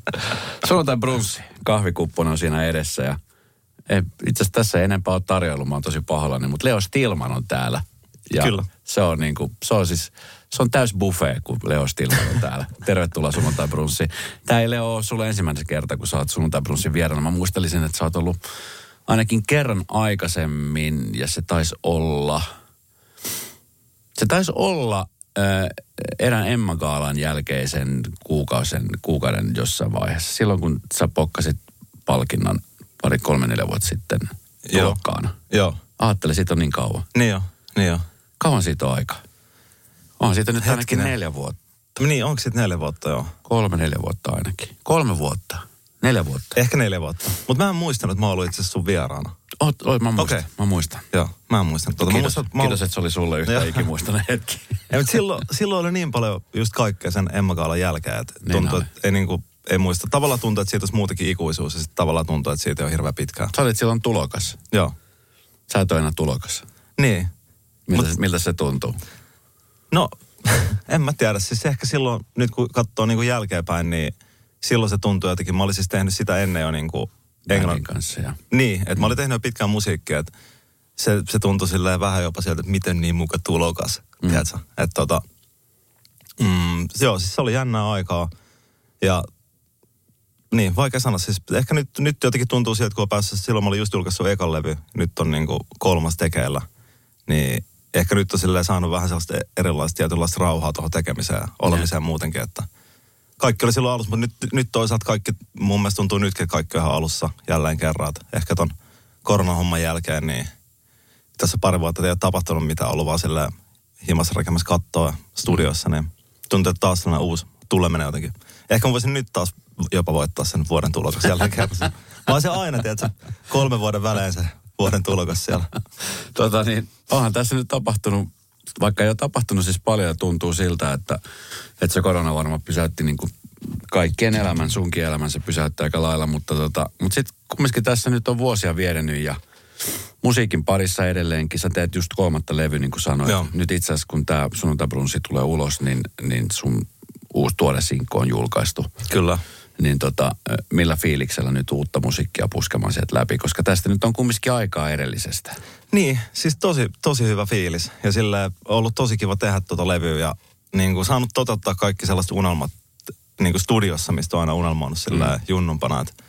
Sunnuntai brunssi. Kahvikuppona on siinä edessä ja itse asiassa tässä ei enempää ole tarjoilu, mä oon tosi pahoillani, mutta Leo Stillman on täällä. Ja kyllä. Se on täys buffet, kun Leo Stillman on täällä. Tervetuloa Sunnuntai brunssiin. Tää ei Leo ole sulle ensimmäinen kerta, kun sä oot Sunnuntai brunssin vieraana. Mä muistelisin, että sä oot ollut ainakin kerran aikaisemmin ja se taisi olla erään Emma Gaalan jälkeisen kuukauden jossain vaiheessa. Silloin, kun sä pokkasit palkinnon 3-4 vuotta sitten tulokkaana. Joo. Aattele, siitä on niin kauan. Niin joo. Kauan siitä on aika? On siitä nyt ainakin 4 vuotta. Niin, onko siitä 4 vuotta, joo? 3-4 vuotta ainakin. 3 vuotta. 4 vuotta. Ehkä 4 vuotta. Mutta mä en muistanut, että mä oon ollut itse asiassa sun vieraana. Mä muistan. Okay. Mä muistan. Joo, mä en muistan. Kiitos, että se oli sulle yhtä ikimuistainen hetki. Silloin oli niin paljon just kaikkea sen Emma Gaalan jälkeen, että tuntui, että ei muista. Tavallaan tuntuu, että siitä olisi muutenkin ikuisuus ja sitten tavallaan tuntuu, että siitä on hirveän pitkään. Sä olit silloin tulokas. Joo. Sä et ole enää tulokas. Niin. Miltä se tuntuu? No, en mä tiedä. Siis ehkä silloin, nyt kun katsoo niin kuin jälkeenpäin, niin silloin se tuntui jotenkin. Mä olin siis tehnyt sitä ennen jo niin kuin Englannin kanssa, ja. Niin, että mä olin tehnyt jo pitkään musiikkia, että se tuntui silleen vähän jopa sieltä, että miten niin muka tulokas, tiedätkö? Että joo, siis se oli jännää aikaa ja niin, vaikea sanoa. Siis ehkä nyt jotenkin tuntuu siltä, että kun on päässyt, silloin mä olin just julkaissut ekan levy, nyt on niin kuin 3. tekeillä, niin ehkä nyt on silleen saanut vähän sellaista erilaista tietynlaista rauhaa tuohon tekemiseen ja olemiseen muutenkin, että kaikki oli silloin alussa, mutta nyt toisaalta kaikki, mun mielestä tuntuu nytkin, että kaikki on ihan alussa jälleen kerran. Että ehkä ton koronahomman jälkeen, niin tässä 2 vuotta ei ole tapahtunut mitään, ollut vaan silleen himassa rakentamassa kattoa studiossa, niin tuntuu, että taas sellainen uusi tuleminen jotenkin. Ehkä mä voisin nyt taas jopa voittaa sen vuoden tulokas jälleen kerran. Mä oon se aina, tiedätkö, 3 vuoden välein se vuoden tulokas siellä. Onhan tässä nyt tapahtunut, vaikka ei ole tapahtunut siis paljon ja tuntuu siltä, että se korona varmaan pysäytti niin kuin kaikkien elämän, sunkin elämän se pysäyttää aika lailla, mutta sitten kumminkin tässä nyt on vuosia viedennyt ja musiikin parissa edelleenkin. Sä teet just 3. levy, niin kuin sanoit. Joo. Nyt itse asiassa, kun tämä Sunnuntai brunssi tulee ulos, niin sun uusi tuore sinkku on julkaistu. Kyllä. Niin millä fiiliksellä nyt uutta musiikkia puskemaan sieltä läpi, koska tästä nyt on kumminkin aikaa edellisestä. Niin, siis tosi hyvä fiilis. Ja silleen ollut tosi kiva tehdä levyä ja niin kuin saanut toteuttaa kaikki sellaiset unelmat niin kuin studiossa, mistä on aina unelmoinut silleen junnumpana, että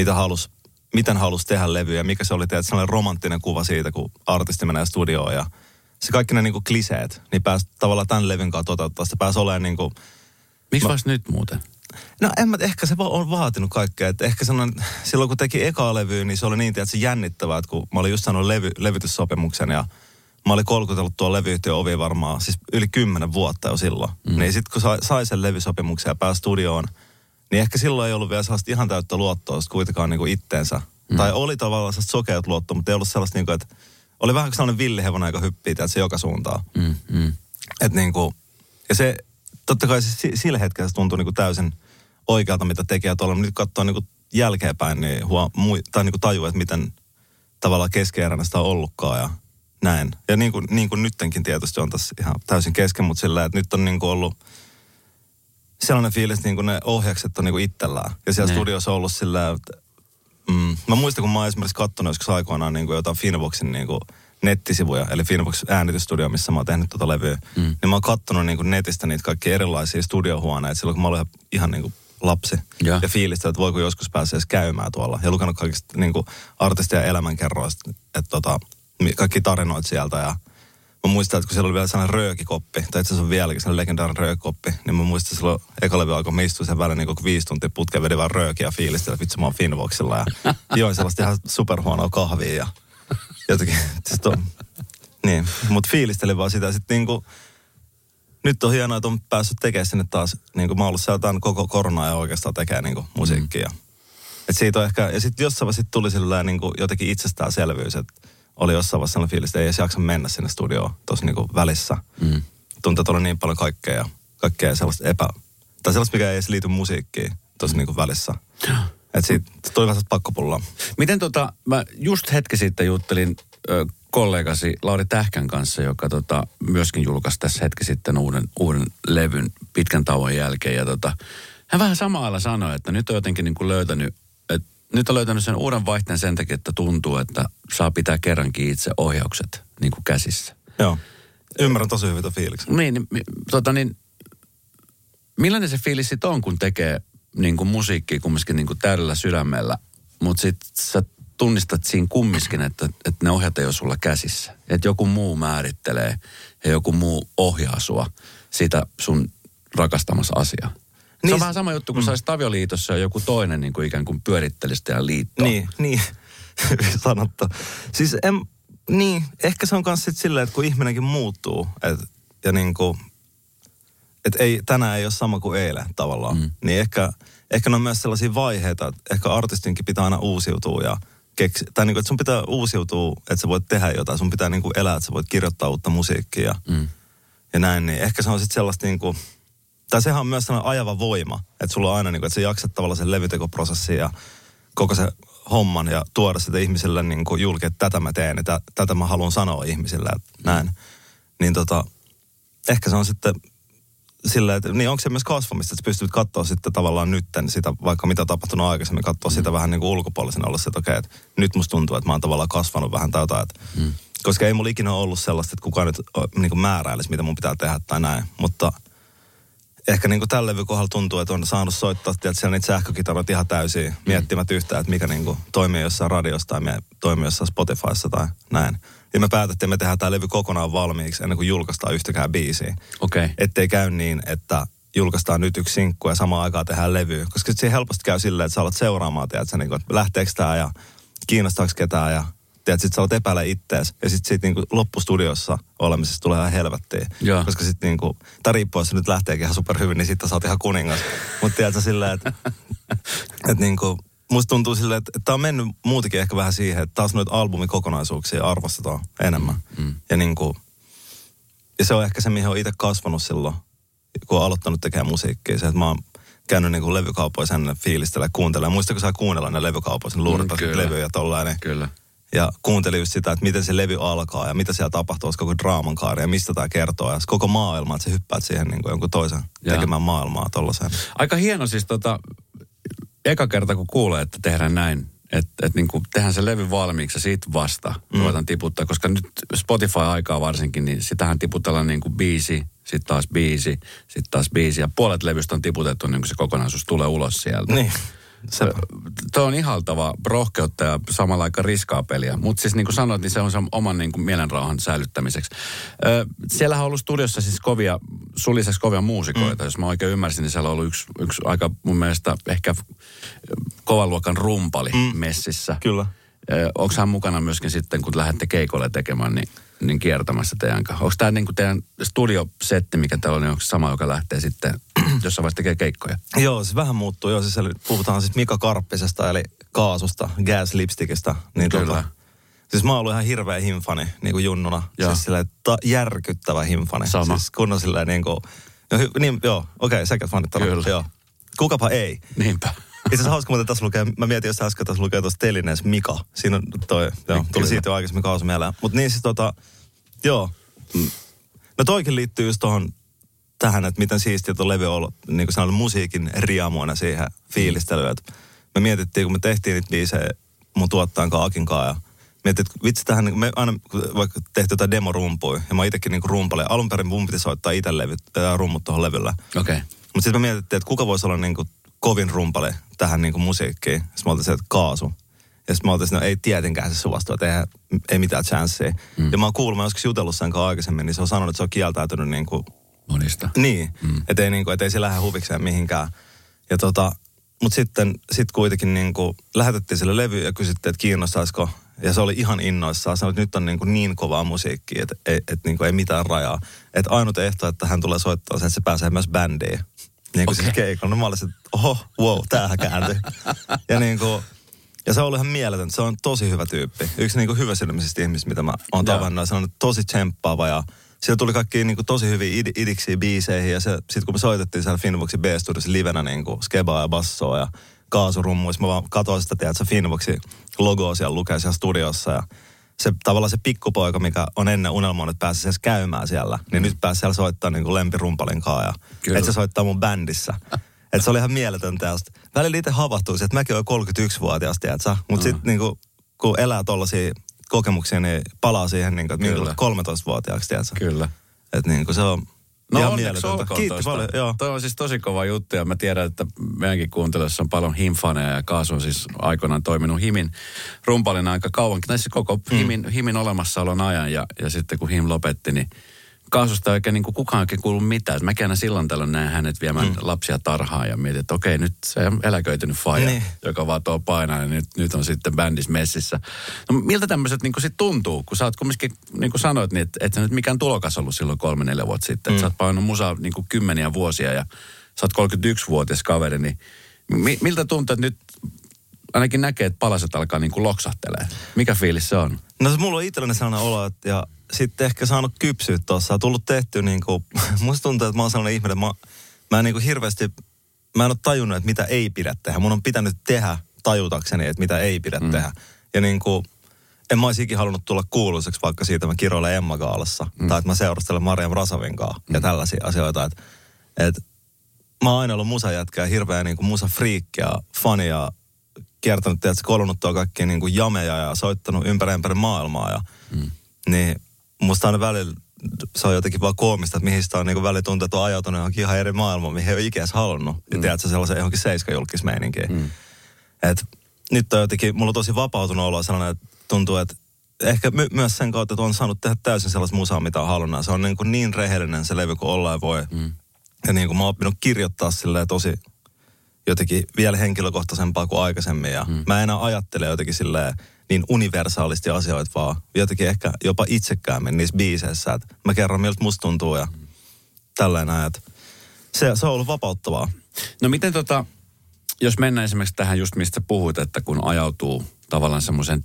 miten halusi tehdä levyä ja mikä se oli, että sellainen romanttinen kuva siitä, kun artisti menee studioon ja se kaikki ne niin kuin kliseet, niin pääsi tavallaan tämän levyn kanssa toteuttaa. Se pääsi olemaan niin kuin... Miksi vasta nyt muuten? No ehkä se on vaatinut kaikkea. Että ehkä sellainen, silloin kun teki ekaa levyä, niin se oli niin tietysti jännittävää, että kun mä olin just saanut levytyssopimuksen ja mä olin kolkutellut tuon levyyhtiön ovi varmaan, siis yli 10 vuotta jo silloin. Niin sitten kun sai sen levysopimuksen ja pääsi studioon, niin ehkä silloin ei ollut vielä sellaista ihan täyttä luottoa kuitenkaan niin kuin itteensä. Tai oli tavallaan sellaista sokeat luottoa, mutta ei ollut sellaista niin kuin, että oli vähän sellainen villihevonen, joka hyppii se joka suuntaan. Että niin kuin, ja se, totta kai se sillä hetkellä se tuntuu niin kuin täysin oikealta, mitä tekijät tuolla. Nyt katsoo niin kuin jälkeenpäin, niin tai niin kuin tajuu, että miten tavallaan keskeeräinen sitä on ollutkaan ja näin. Ja niin kuin nyttenkin tietysti on tässä ihan täysin kesken, mutta sillä, että nyt on niin kuin ollut sellainen fiilis, niin kuin ne ohjakset on niin kuin itsellään. Ja siellä studiossa on ollut sillä, että mä muistan, kun mä oon esimerkiksi katsonut joskus aikoinaan niin kuin jotain Finvoxin niin kuin nettisivuja, eli Finvox äänitysstudio, missä mä oon tehnyt tuota levyä, niin mä oon katsonut niin kuin netistä niitä kaikkia erilaisia studiohuoneita silloin, kun mä olin ihan niin kuin lapsi. Ja fiilistä, että voiko joskus pääsee edes käymään tuolla. Ja lukenut kaikista niin kuin artistien elämänkerroista, että kaikki tarinoit sieltä. Ja mä muistan, että kun siellä oli vielä sellainen röökikoppi, tai itse asiassa on vieläkin sellainen legendaarinen röökikoppi, niin mä muistan silloin eka levy alkoi, mä istuin sen välillä niin kuin 5 tuntia putkeen, vedin vaan röökiä ja fiilistä, että vitsi mä oon Finvoxilla. Ja join sellaista ihan superhuonoa kahvia ja jotenkin. Niin, mutta fiilistelin vaan sitä. Sitten niin kuin, nyt on hienoa, että on päässyt tekemään sinne taas, niin kuin mä oon ollut siellä tämän koko koronaa ja oikeastaan tekee niin kuin musiikkia. Että siitä on ehkä, ja sitten jossain vaiheessa tulee silleen niin kuin jotenkin itsestäänselvyys, että oli jossain vaiheessa sellainen fiilis, että ei edes jaksa mennä sinne studioon tuossa niin kuin välissä. Tuntuu, että oli niin paljon kaikkea sellaista tai sellaista, mikä ei edes liity musiikkiin tuossa niin kuin välissä. Että siitä tuli vähän pakkopullaa. Miten mä just hetki sitten juttelin kollegasi Lauri Tähkän kanssa, joka myöskin julkaisi tässä hetki sitten uuden levyn pitkän tauon jälkeen. Ja Hän vähän samalla sanoi, että nyt on jotenkin niin kuin löytänyt sen uuden vaihteen sen takia, että tuntuu, että saa pitää kerrankin itse ohjaukset niin kuin käsissä. Joo. Ymmärrän tosi hyvin fiiliksen. Niin, millainen se fiilis sit on, kun tekee niin kuin musiikkia kumminkin niin kuin täydellä sydämellä, mutta sit sä tunnistat siinä kumminkin, että ne ohjat ei ole sulla käsissä. Että joku muu määrittelee ja joku muu ohjaa sua sitä sun rakastamassa asiaa. Se on vähän sama juttu, kun sä olisit avioliitossa ja joku toinen niin kuin ikään kuin pyörittelisi teidän liittoa. Niin. Sanottu. Siis ehkä se on myös sitten silleen, että kun ihminenkin muuttuu, ja niin kuin, että tänään ei ole sama kuin eilen tavallaan, niin ehkä ne on myös sellaisia vaiheita, että ehkä artistinkin pitää aina uusiutua ja tai niin kuin, että sun pitää uusiutua, että sä voit tehdä jotain, sun pitää niin kuin elää, että sä voit kirjoittaa uutta musiikkia ja näin, niin ehkä se on sitten sellaista niin kuin, tai sehän on myös sellainen ajava voima, että sulla on aina niin kuin, että sä jaksat tavallaan sen levytekoprosessin ja koko se homman ja tuoda sitä ihmisille niin kuin julki, että tätä mä teen ja tätä mä haluan sanoa ihmisille, että näin. Niin ehkä se on sitten sillä, että niin onko se myös kasvamista, että sä pystyt katsoa sitten tavallaan nytten sitä, vaikka mitä tapahtunut aikaisemmin, katsoa sitä vähän niin kuin ulkopuolisen olla se, että okei, että nyt musta tuntuu, että mä oon tavallaan kasvanut vähän tai jotain, koska ei mulla ikinä ollut sellaista, että kukaan nyt niin kuin määräilisi, mitä mun pitää tehdä tai näin, mutta ehkä niin kuin tällä levyn kohdalla tuntuu, että on saanut soittaa siellä niitä sähkökitaroita ihan täysin, miettimät yhtään, että mikä niin kuin toimii jossain radiossa tai toimii jossain Spotifyssa tai näin. Ja me päätettiin, että me tehdään tämä levy kokonaan valmiiksi ennen kuin julkaistaan yhtäkään biisiä. Okay. Ettei käy niin, että julkaistaan nyt yksi sinkku ja samaan aikaan tehdään levy. Koska se helposti käy silleen, että sä alat seuraamaan, tiedätkö, niin kuin, että lähteekö tämä ja kiinnostaako ketään ja tiedätkö, sit sä alat epäillä ittees. Ja sitten niin loppustudiossa olemisesta tulee ihan helvettiin. Joo. Koska sitten niin kuin, tai riippuu, jos se nyt lähteekin ihan superhyvin, niin sitten sä oot ihan kuningas. Mutta tiedätkö silleen, että niin kuin, musta tuntuu silleen, että tää on mennyt muutenkin ehkä vähän siihen, että taas noita albumikokonaisuuksia arvostetaan enemmän. Ja niin kuin, ja se on ehkä se, mihin on itse kasvanut silloin, kun on aloittanut tekemään musiikkia. Se, että mä oon käynyt niin kuin levykaupoissa ennen fiilistellä, kuuntelemaan. Muistatko sä kuunnella ne levykaupoissa, luurettaiset levyjä ja tollainen. Kyllä. Ja kuuntelin just sitä, että miten se levy alkaa ja mitä siellä tapahtuu, koko draaman kaari ja mistä tämä kertoo. Ja koko maailma, että sä hyppäät siihen niin kuin jonkun toisen tekemään maailmaa tollaiseen. Aika hieno siis eka kerta kun kuulee, että tehdään näin, että niin kuin tehdään se levy valmiiksi ja siitä vasta ruvetaan tiputtaa. Koska nyt Spotify-aikaa varsinkin, niin sitähän tiputellaan niin kuin biisi, sitten taas biisi, sitten taas biisi. Ja puolet levystä on tiputettu niin kuin se kokonaisuus tulee ulos sieltä. Niin. Tuo on ihaltava rohkeutta ja samalla aika riskaa peliä. Mutta siis niin kuin sanoit, niin se on oman niin kuin mielenrauhan säilyttämiseksi. Siellähän on ollut studiossa siis sun lisäksi kovia muusikoita. Jos mä oikein ymmärsin, niin siellä on ollut yksi aika mun mielestä ehkä kovan luokan rumpali messissä. Kyllä. Onko hän mukana myöskin sitten, kun lähdette keikolle tekemään, niin kiertämässä teidän kanssa? Onko tämä niin kuin teidän studiosetti, mikä täällä on, niin onko sama, joka lähtee sitten jossain vaiheessa tekee keikkoja? Joo, se vähän muuttuu. Joo, siis puhutaan siis Mika Karppisesta, eli Kaasusta, Gas Lipstickistä. Niin kyllä. Siis mä oon ollut ihan hirveä himfani, niin kuin junnuna. Joo. Siis silleen järkyttävä himfani. Sama. Siis kunnon silleen niin kuin, okei, säkä fanittanut. Kyllä. Joo. Kukapa ei. Niinpä. Itse asiassa hauska, mutta tässä lukee, mä mietin, jos äsken tässä lukee tuossa telineessä Mika. Siinä on tuli siitä jo aikaisemmin Kaasu mieleen. Mutta niin siis no toikin liittyy just tähän, että miten siistiä tuo levy on ollut niin kuin sellainen musiikin riamuina siihen fiilistelyyn. Me mietittiin, kun me tehtiin niitä biisejä mun tuottajan Kaakin kanssa ja mietittiin, että vitsi tähän, me aina vaikka tehtiin jotain demorumpuja ja mä itsekin niin rumpalein. Alun perin mun piti soittaa itse rummut tuohon levyllä. Okei. Mutta sitten me mietittiin, että kuka voisi olla niin kuin kovin rumpale tähän niin kuin musiikkiin. Sitten me oltiin se, että Kaasu. Ja sitten me oltiin, että no ei tietenkään se suvastu, että ei mitään chanssiä. Ja mä oon kuullut, mä joskus jutellut sen kanssa aikaisemmin, niin se on sanonut, että se on kieltäytynyt niin kuin monista. Niin, että ei, niin kuin, et ei se lähde huvikseen mihinkään. Ja mutta sitten kuitenkin niin kuin lähetettiin sille levy ja kysyttiin, että kiinnostaisiko. Ja se oli ihan innoissaan. Sanoi, että nyt on niin kovaa musiikkia, että niin kuin ei mitään rajaa. Että ainut ehto, että hän tulee soittaa sen, että se pääsee myös bändiin. Niin kuin siis keikolla. No mä olisin, että tämähän kääntyi. Ja niin kuin, ja se on ollut ihan mieletön. Se on tosi hyvä tyyppi. Yksi niin kuin hyvä sydämisistä ihmisistä, mitä mä oon tavannut. Se on tosi tsemppaava ja siellä tuli kaikki niin kuin tosi hyviä idiksiä biiseihin. Ja sitten kun me soitettiin siellä Finvoxin B-studiossa livenä niin kuin skebaa ja bassoa ja kaasurummuissa, mä vaan katsoin sitä, että Finvoxin logoa siellä lukee siellä studiossa ja se tavallaan se pikkupoika, mikä on ennen unelmoinut, että pääsisi edes käymään siellä, niin nyt pääsi siellä soittaa niin kuin lempirumpalin kanssa ja että se soittaa mun bändissä. Että se oli ihan mieletöntä. Ja välillä itse havahtuisi, että mäkin olen 31-vuotias, tiedätkö? Mutta sitten niinku, kun elää tollaisia kokemuksia, niin palaa siihen, niinku, että minkä 13-vuotiaaksi, tiedätkö? Kyllä. Että niinku se on ihan mieletöntä. Kiitti paljon, joo. Toi on siis tosi kova juttu ja mä tiedän, että meidänkin kuuntelijoissa on paljon Him-faneja ja Kaasu on siis aikoinaan toiminut Himin rumpalina aika kauan. Näissä koko Himin olemassaolon ajan ja sitten kun Him lopetti, niin Kaasusta ei oikein niin kuin kukaan oikein kuullut mitään. Mäkin aina silloin tällöin näen hänet viemään lapsia tarhaan ja mietin, että okei, nyt se on eläköitynyt faija, joka vaan tuo painaa ja nyt on sitten bändissä messissä. No, miltä tämmöiset niin sitten tuntuu, kun sä oot kumminkin, niin kuin sanoit, niin et sä nyt mikään tulokas ollut silloin 3-4 vuotta sitten. Että sä oot painanut musaa niin kuin kymmeniä vuosia ja sä oot 31-vuotias kaveri, niin miltä tuntuu, että nyt ainakin näkee, että palaset alkaa niin kuin loksahtelee? Mikä fiilis se on? No mulla on itselleni sellainen olo, että ja sitten ehkä saanut kypsyä tuossa. On tullut tehty niinku, musta tuntuu, että mä oon sellainen ihminen, mä niinku hirveästi, mä en ole tajunnut, että mitä ei pidä tehdä. Mun on pitänyt tehdä tajutakseni, että mitä ei pidä tehdä. Ja niinku, en mä olisi ikin halunnut tulla kuuluiseksi vaikka siitä, mä kiroilen Emma Gaalassa. Tai että mä seurustelen Mariam Rasavin kanssa ja tällaisia asioita. Että mä oon aina ollut musajätkä ja hirveä niinku musafriikki ja fani ja kiertänyt, että kolunut tuo kaikkia niinku jameja ja soittanut ympäri maailmaa. Ja, niin musta aina välillä se on jotenkin vaan koomista, että mihin sitä on niinku välillä tuntuu, että on ajautunut johonkin ihan eri maailmaan, mihin ei ole ikäis halunnut. Ja tiedätkö, sellaisen johonkin seiskajulkismeininkiin. Että nyt on jotenkin, mulla on tosi vapautunut olo sellainen, että tuntuu, että ehkä myös sen kautta, että on saanut tehdä täysin sellaista musaa, mitä on halunnut. Se on niin rehellinen se levy kuin ollaan voi. Ja niin kuin mä oon oppinut kirjoittaa silleen tosi jotenkin vielä henkilökohtaisempaa kuin aikaisemmin. Ja mä en enää ajattele jotenkin silleen niin universaalisti asioita, vaan jotenkin ehkä jopa itsekäämmin niissä biiseissä. Että mä kerron, miltä musta tuntuu ja tällainen, että se on ollut vapauttavaa. No miten jos mennään esimerkiksi tähän just mistä puhuit, että kun ajautuu tavallaan semmoiseen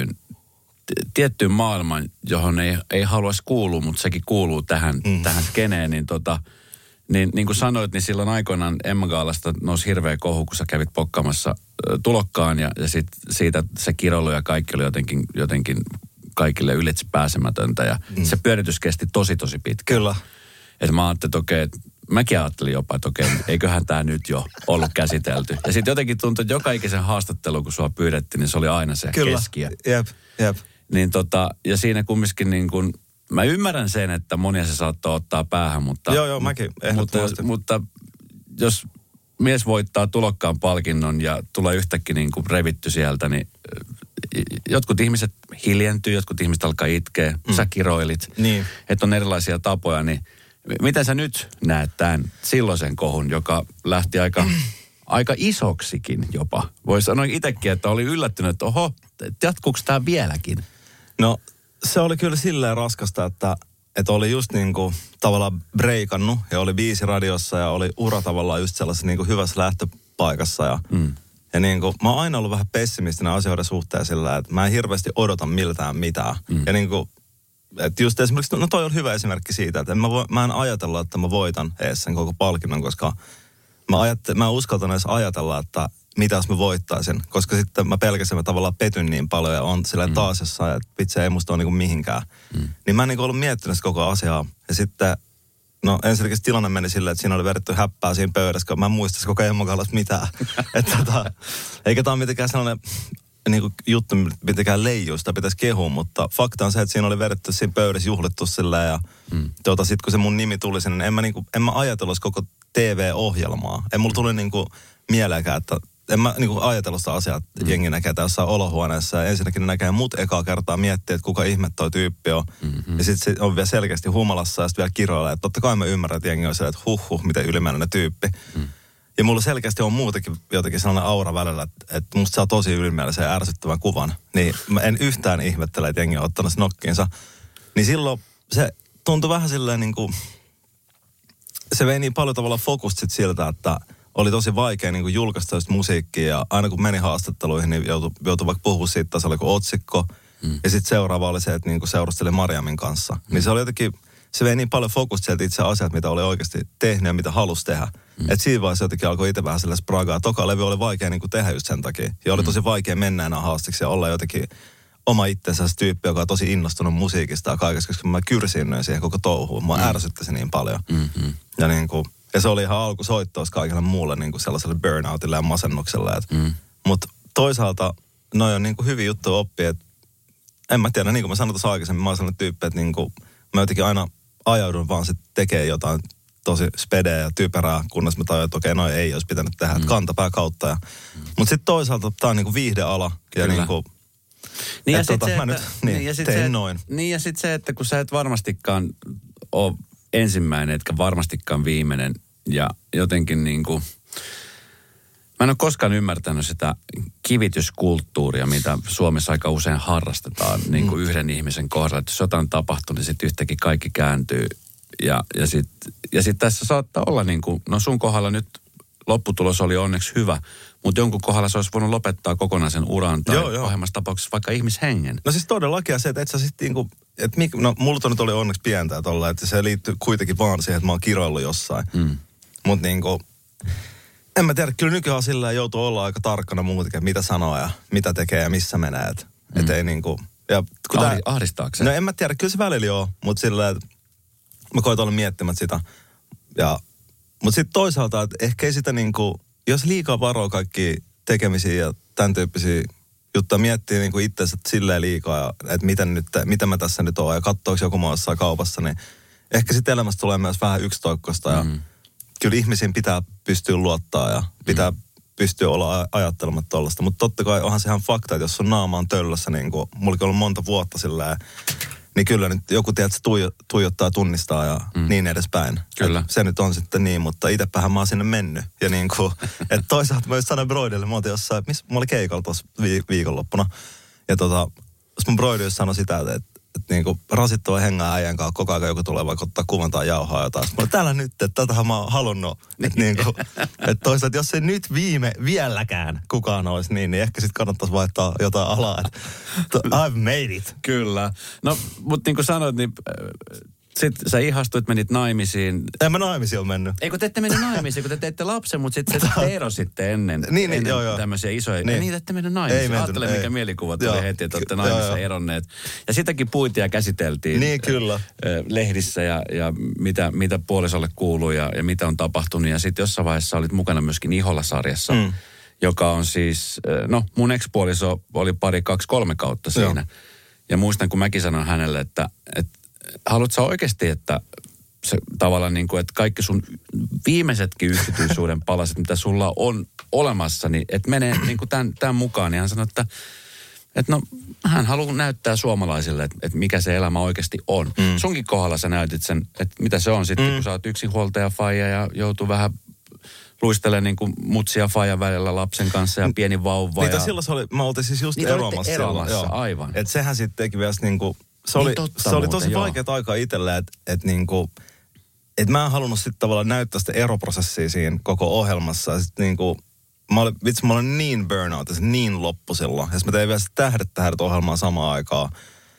tiettyyn maailmaan, johon ei haluaisi kuulua, mutta sekin kuuluu tähän skeneen, niin kuin sanoit, niin silloin aikoinaan Emma Gaalasta nousi hirveä kohu, kun sä kävit pokkaamassa tulokkaan ja siitä se kiroilu ja kaikki oli jotenkin kaikille ylitse pääsemätöntä ja se pyöritys kesti tosi pitkään. Kyllä. Että mä ajattelin, että okei, mäkin ajattelin jopa, että okei, eiköhän tämä nyt jo ollut käsitelty. Ja sitten jotenkin tuntui, että joka ikisen haastattelu, kun sua pyydettiin, niin se oli aina se keskiö. Jep. Niin ja siinä kumminkin niin kuin, mä ymmärrän sen, että monia se saattaa ottaa päähän, mutta... Joo, mäkin ehdottomasti. Mutta jos mies voittaa tulokkaan palkinnon ja tulee yhtäkkiä niin kuin revitty sieltä, niin jotkut ihmiset hiljentyy, jotkut ihmiset alkaa itkeä, sä kiroilit. Niin. Että on erilaisia tapoja, niin miten sä nyt näet tämän silloisen kohun, joka lähti aika isoksikin jopa? Voi sanoa itsekin, että oli yllättynyt, että oho, jatkuuko tämä vieläkin? No se oli kyllä silleen raskasta, että oli just niinku tavallaan breikannut ja oli biisi radiossa ja oli ura tavallaan just sellaisessa niinku hyvässä lähtöpaikassa. Ja niinku mä oon aina ollut vähän pessimistinen asioiden suhteen sillä, että mä en hirveästi odota miltään mitään. Ja niinku, että just esimerkiksi, no toi on hyvä esimerkki siitä, että mä en ajatella, että mä voitan ees sen koko palkinnon, koska mä en uskaltanut edes ajatella, että mitä jos mä voittaisin, koska sitten mä pelkäsin, mä tavallaan petyn niin paljon ja on silleen taas jossain, että vitsi ei musta ole niinku mihinkään. Niin mä en niinku ollut miettinyt koko asiaa. Ja sitten, no ensinnäkin tilanne meni silleen, että siinä oli vedetty häppää siinä pöydässä, kun mä en muistaisi koko Emma Gaalasta mitään. Eikä tää ole mitenkään sellainen niinku juttu, mitenkään leijuu, sitä pitäisi kehua, mutta fakta on se, että siinä oli vedetty siinä pöydässä juhlittu silleen ja sit kun se mun nimi tuli sinne, niin en mä ajatellut koko TV-ohjelmaa. En mulla tuli niinku mieleenkään, että en mä niinku ajatellut sitä asiaa, että jengi näkee jossain olohuoneessa ja ensinnäkin ne näkee mut ekaa kertaa miettiä, että kuka ihme toi tyyppi on. Ja sitten se on vielä selkeästi humalassa ja sitten vielä kiroilee. Että totta kai mä ymmärrän, että jengi on siellä, että miten ylimääräinen tyyppi. Ja mulla selkeästi on muutenkin jotenkin sellainen aura välillä, että musta saa tosi ylimääräisen ja ärsyttävän kuvan. Niin mä en yhtään ihmettele, että jengi on ottanut nokkiinsa. Niin silloin se tuntui vähän silleen niin kuin, se vei niin paljon tavallaan fokusta sit siltä, että oli tosi vaikea niin kuin julkaista sitä musiikkia ja aina kun meni haastatteluihin, niin joutui vaikka puhua siitä tasolla kuin otsikko. Ja sitten seuraava oli se, että niin kuin seurusteli Mariamin kanssa. Niin se oli jotenkin, se vei niin paljon fokusta sieltä itse asiat, mitä oli oikeasti tehnyt ja mitä halusi tehdä. Että siinä vaiheessa jotenkin alkoi itse vähän sellaista spragaa. Toka levy oli vaikea niin kuin tehdä just sen takia. Ja oli tosi vaikea mennä enää haastiksi ja olla jotenkin oma itsensä tyyppi, joka on tosi innostunut musiikista ja kaikesta, koska mä kyrsinnöin siihen koko touhuun. Mä ärsyttäisin niin paljon. Ja niin kuin Ja se oli ihan alkusoittaus kaikille muulle niin kuin sellaiselle burnoutille ja masennukselle. Mutta toisaalta noi on niin kuin hyvin juttu oppia, että en mä tiedä, niin kuin mä sanoin tuossa aikaisemmin, mä oon sellainen tyyppi, että niin kuin mä jotenkin aina ajaudun vaan sitten tekee jotain tosi spedeä ja typerää, kunnes mä tajuin, että okei, noi ei olisi pitänyt tehdä, että kantapää kautta. Mutta sitten toisaalta tää on niin kuin viihdeala ja niin kuin niin ja sitten noin. se, että kun sä et varmastikaan ole ensimmäinen, etkä varmastikaan viimeinen ja jotenkin niin kuin mä en ole koskaan ymmärtänyt sitä kivityskulttuuria, mitä Suomessa aika usein harrastetaan niin kuin yhden ihmisen kohdalla. Että jos jotain tapahtuu, niin sitten yhtäkkiä kaikki kääntyy. Ja sit tässä saattaa olla niin kuin, no sun kohdalla nyt lopputulos oli onneksi hyvä, mutta jonkun kohdalla se olisi voinut lopettaa kokonaisen uran tai pahimmassa tapauksessa vaikka ihmishengen. No siis todellakin se, että et sä sitten niinku, että mulla nyt oli onneksi pientä tolla, että se liittyy kuitenkin vaan siihen, että mä oon kiroillut jossain. Mutta niinku, en mä tiedä, kyllä nykyään silleen joutuu olla aika tarkkana muutenkin, mitä sanoo ja mitä tekee ja missä menee. Että ei niinku, ja ahdistaako se? No en mä tiedä, kyllä se välillä joo, mutta silleen, että mä koitan olla miettimät sitä. Mutta sitten toisaalta, että ehkä ei sitä niinku, jos liikaa varoo kaikki tekemisiä ja tämän tyyppisiä juttuja, miettii niinku itsensä silleen liikaa, että mitä mä tässä nyt oon ja katsoako joku mua jossain kaupassa, niin ehkä sitten elämästä tulee myös vähän yksitoikkoista ja kyllä ihmisiin pitää pystyä luottaa ja pitää pystyä olla ajattelematta tollaista. Mutta totta kai onhan se ihan fakta, että jos sun naama on töllössä, niin kuin mullakin on ollut monta vuotta silleen, niin kyllä nyt joku tiedät, se tuijottaa, tunnistaa ja niin edespäin. Kyllä. Se nyt on sitten niin, mutta itsepähän mä oon sinne mennyt. Ja niin kuin, että toisaalta mä just sanoin Broidille, mä oltiin jossain, mä olin keikalla tuossa viikonloppuna. Ja mun Broidi sanoi sitä, että niin kuin rasittava hengää äijän kanssa, koko ajan joku tulee vaikka ottaa kuvan tai jauhaa jotain. Mä olin täällä nyt, että tätähän mä oon halunnut. Että niin kuin, että toisaalta jos ei nyt vieläkään kukaan olisi niin ehkä sitten kannattaisi vaihtaa jotain alaa. Että I've made it. Kyllä. No, mutta niin kuin sanoit, niin sitten sä ihastuit, menit naimisiin. En mä naimisiin ole mennyt. Ei kun te ette mennyt naimisiin, kun te teitte lapsen, mutta sitten te erositte ennen tämmöisiä isoja. Niin. Niitä ette mennyt naimisiin. Ajattele, mikä mielikuva tuli heti, että olette naimissa eronneet. Ja sitäkin puitiin ja käsiteltiin. Niin, kyllä. Lehdissä ja mitä puolisolle kuuluu ja mitä on tapahtunut. Ja sitten jossain vaiheessa olit mukana myöskin Iholla-sarjassa, joka on siis, no mun ex-puoliso oli 2-3 kautta siinä. Ja muistan, kun mäkin sanoin hänelle, että haluatko sä oikeasti, että se tavallaan niin kuin, että kaikki sun viimeisetkin yksityisyyden palaset, mitä sulla on olemassa, niin että menee niin kuin tämän mukaan. Ja hän sanoi, että no hän haluaa näyttää suomalaisille, että mikä se elämä oikeasti on. Sunkin kohdalla sä näytit sen, että mitä se on sitten, kun sä oot yksinhuoltajafaija ja joutuu vähän luistelemaan niin kuin mutsia faijan välillä lapsen kanssa ja pieni vauva. Niitä silloin se oli, mä oltiin siis just eroamassa aivan. Että sehän sitten teki vielä niin kuin se oli tosi vaikeat aikaa itselle, että niinku, et mä en halunnut sitten tavallaan näyttää sitä eroprosessia siinä koko ohjelmassa. Ja sit niinku, mä olin niin burnout ja niin loppu silloin. Ja mä tein vielä Tähdet ohjelmaa samaan aikaan.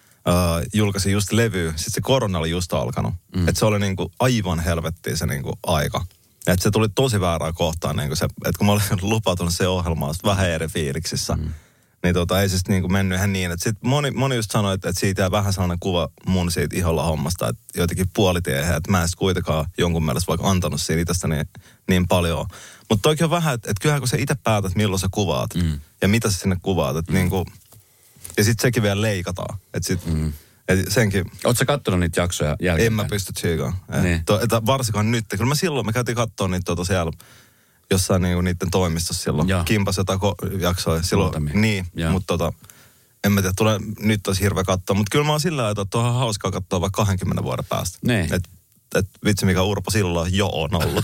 Julkaisin just levyä. Sitten se korona oli just alkanut. Että se oli niinku aivan helvettiä se niinku aika. Ja että se tuli tosi väärään kohtaan. Niinku se, että kun mä olin lupautunut se ohjelmaan vähän eri fiiliksissä. Niin ei siis niinku mennyt ihan niin, että sit moni just sanoi, että siitä jää vähän sellainen kuva mun siitä Iholla hommasta, että jotenkin puolitiehen, että mä en kuitenkaan jonkun mielestä vaikka antanut siinä itsestäni niin paljon. Mutta toikin on vähän, että kyllähän kun sä itse päätät, milloin sä kuvaat ja mitä sä sinne kuvaat, että niinku, ja sit sekin vielä leikataan, että sit, et senkin. Ootko sä kattonut niitä jaksoja jälkeen? En mä pysty tsiikaan. Niin. Varsinkaan nyt, kyllä me käytiin katsomaan niitä siellä jossain niinku niiden toimistossa silloin. Kimpas jotain jaksoja silloin. Niin, mutta en mä tiedä, nyt olisi hirveä katsoa. Mutta kyllä mä oon sillä lailla, että on hauskaa katsoa vaikka 20 vuoden päästä. Niin. Että vitsi mikä Urpo silloin jo on ollut.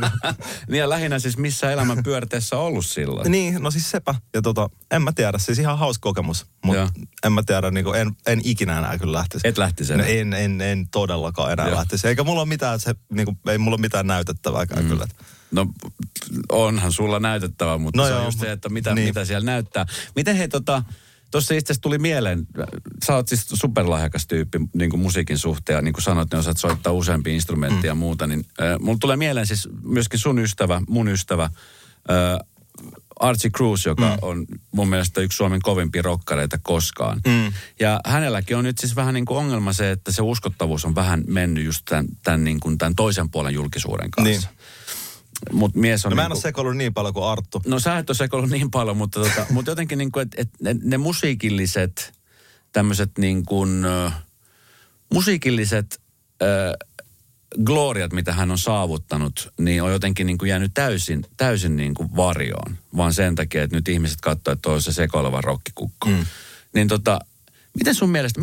Niin ja lähinnä siis missä elämän pyörteessä on ollut silloin. Niin, no siis sepä. Ja en mä tiedä, siis ihan hauska kokemus. Mutta en mä tiedä, niin en ikinä enää kyllä lähtisi. Et lähtisi enää? No, en todellakaan enää lähtisi. Eikä mulla ole mitään, ei mulla ole mitään näytettävääkään kyllä. No onhan sulla näytettävä, mutta se on just se, että mitä siellä näyttää. Miten hei tuossa itse asiassa tuli mieleen, sä oot siis superlahjakas tyyppi niin kuin musiikin suhteen, ja niin kuin sanoit, niin osaat soittaa useampia instrumentteja ja muuta, niin mulla tulee mieleen siis myöskin sun ystävä, mun ystävä, Archie Cruz, joka on mun mielestä yksi Suomen kovimpia rokkareita koskaan. Ja hänelläkin on nyt siis vähän niin kuin ongelma se, että se uskottavuus on vähän mennyt just tämän toisen puolen julkisuuden kanssa. Niin. Mut mies on mä en ole sekoillut niin paljon kuin Arttu. No sä et ole sekoillut niin paljon, mutta jotenkin niin kuin, että ne musiikilliset tämmöiset niin kuin musiikilliset gloriat, mitä hän on saavuttanut, niin on jotenkin niin kuin jäänyt täysin niin kuin varjoon. Vaan sen takia, että nyt ihmiset katsoo, että on se sekoileva rokkikukko. Niin miten sun mielestä,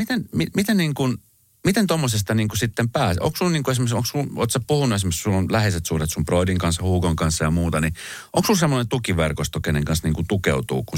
miten tommosesta niin kuin sitten pääsee? Onko sulla niin kuin esimerkiksi, ootko sä puhunut esimerkiksi, sulla on läheiset suhdet sun broidin kanssa, Hugon kanssa ja muuta, niin onko sulla semmoinen tukiverkosto, kenen kanssa niin kuin tukeutuu, kun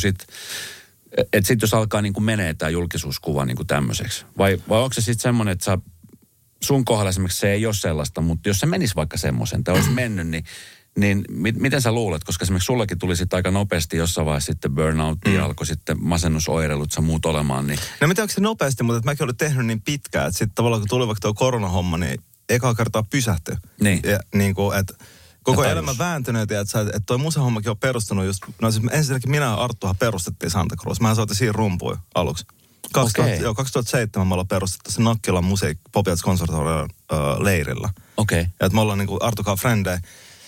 että sitten jos alkaa niin kuin menee tämä julkisuuskuva niin kuin tämmöiseksi? Vai onko se sitten semmoinen, että sun kohdalla esimerkiksi se ei ole sellaista, mutta jos se menisi vaikka semmoisen, tai olisi mennyt, niin miten sä luulet? Koska esimerkiksi sullakin tuli sitten aika nopeasti jossain vaiheessa sitten burnout ja alkoi sitten masennusoireilut ja muut olemaan. Niin. No mä tiedän, onko se nopeasti, mutta mäkin olin tehnyt niin pitkään, että sitten tavallaan kun tuli vaikka tuo koronahomma, niin ekaa kertaa pysähtyi. Niin. Ja niin kuin, että koko elämä vääntynyt, että toi musahommakin on perustunut just, no siis ensinnäkin minä ja Arttuhan perustettiin Santa Cruz. Mähän soitin siinä rumpuja aluksi. 2007 me ollaan perustettu se Nakkilan Pop Jazz Conservatorion leirillä. Okei. Okay. Ja että me ollaan niinku Artukaan frendejä.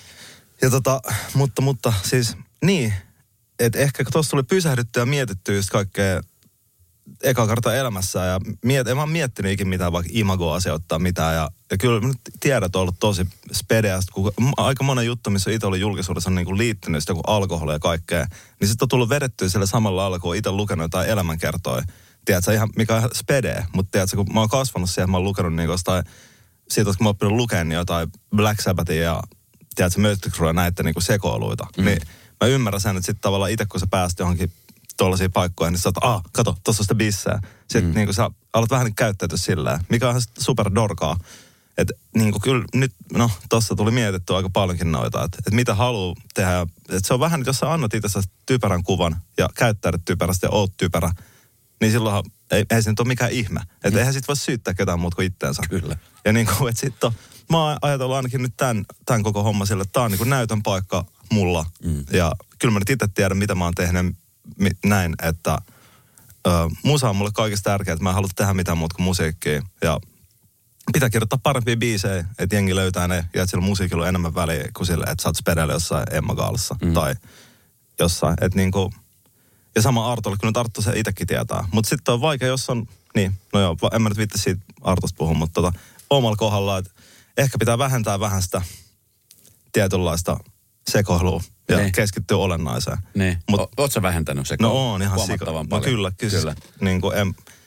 Ja mutta siis niin, että ehkä tuossa tuli pysähdyttyä ja mietittyä just kaikkea eka kertaa elämässä. Ja en mä oon miettinyt ikinä mitään vaikka imago-asioita mitään. Ja kyllä nyt tiedät on ollut tosi spedeästä, kun aika monen juttu, missä itse oli julkisuudessa on niinku liittynyt sitä kuin alkoholia ja kaikkea. Niin sitten on tullut vedettyä sillä samalla lailla, kun itse lukenut jotain elämänkertoja. Tiedätkö, ihan mikä on spedeä, mutta tiedätkö, kun mä oon kasvanut siihen, mä oon lukenut niin jostain, siitä, kun mä oon oppinut lukemaan niin jotain Black Sabbathia ja tiedätkö, Mötley Crüe ja näitä niin sekoiluita. Niin mä ymmärrän sen, että sitten tavallaan itse, kun sä pääst johonkin tuollaisiin paikkoihin, niin sä oot, kato, tossa on sitä bissää. Sitten niin sä alat vähän käyttäytyä sillä, mikä on super dorkaa. Että niin kyllä nyt, no tossa tuli mietittyä aika paljonkin noita, että mitä haluaa tehdä. Että se on vähän, että jos sä annat itse typerän kuvan ja käyttäydyt typerästi ja oot typerä, niin silloinhan ei se nyt ole mikään ihme. Että eihän sit voi syyttää ketään muuta kuin itteensä. Kyllä. Ja niin kuin, että sitten mä oon ajatellut ainakin nyt tämän koko homma sille, että tää on niin kuin näytön paikka mulla. Ja kyllä mä nyt itse tiedän, mitä mä oon tehnyt näin, että musa on mulle kaikista tärkeää, että mä en halua tehdä mitään muuta kuin musiikkia. Ja pitää kirjoittaa parempia biisejä, että jengi löytää ne ja että sillä musiikilla on enemmän väliä kuin sille, että sä oot spedellä jossain Emma Gaalassa tai jossain. Että niin kuin, ja sama Artolle, kun nyt Arttu se itsekin tietää. Mutta sitten on vaikea, jos on, niin, no joo, en mä nyt viitte siitä Artosta puhua, mutta omalla kohdalla, että ehkä pitää vähentää vähän sitä tietynlaista sekoilua ja keskittyä olennaiseen. Niin. Oot sä vähentänyt sekoilua? No on ihan huomattavan paljon. Paljon. No kyllä. Niin kuin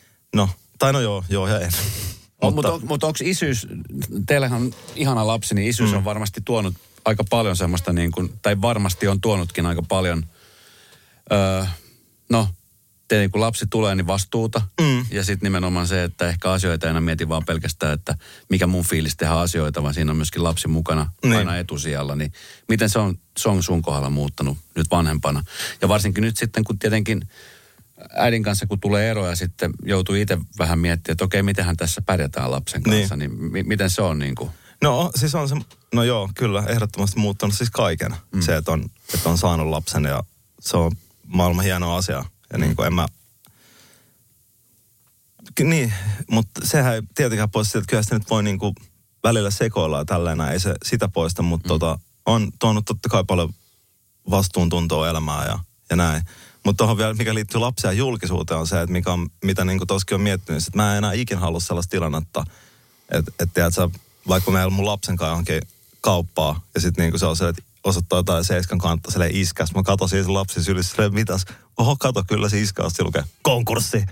joo ja en. Mutta onko isyys, teillähän on ihana lapsi, niin isyys on varmasti tuonut aika paljon semmoista niin kuin, tai varmasti on tuonutkin aika paljon, tietenkin kun lapsi tulee, niin vastuuta. Ja sitten nimenomaan se, että ehkä asioita ei enää mieti vaan pelkästään, että mikä mun fiilis tehdä asioita, vaan siinä on myöskin lapsi mukana aina etusijalla. Niin miten se on sun kohdalla muuttanut nyt vanhempana? Ja varsinkin nyt sitten, kun tietenkin äidin kanssa, kun tulee eroja, sitten joutuu itse vähän miettimään, että okei, mitenhän tässä pärjätään lapsen kanssa, niin miten se on niin kuin? No siis on se, no joo, kyllä, ehdottomasti muuttanut siis kaiken. Se, että on saanut lapsen ja se on maailman hieno asia. Ja niin kuin niin, mutta sehän ei tietenkään poista, että kyllä sitä nyt voi niin kuin välillä sekoilla ja tälleen, ei se sitä poista, mutta on tuonut totta kai paljon vastuuntuntoa elämää ja näin. Mutta tuohon vielä, mikä liittyy lapsia julkisuuteen, on se, että mitä niin kuin tossakin on miettinyt, että mä en enää ikin halua sellaista tilannetta, että tiedätkö, vaikka meillä mun lapsen kanssa johonkin kauppaa, ja sitten niin kuin se on se, että osoittaa jotain 7 kantta silleen iskäs. Mä katsoin siinä lapsi sylissä silleen, mitäs? Oho, kato, kyllä se iskä on lukee konkurssi.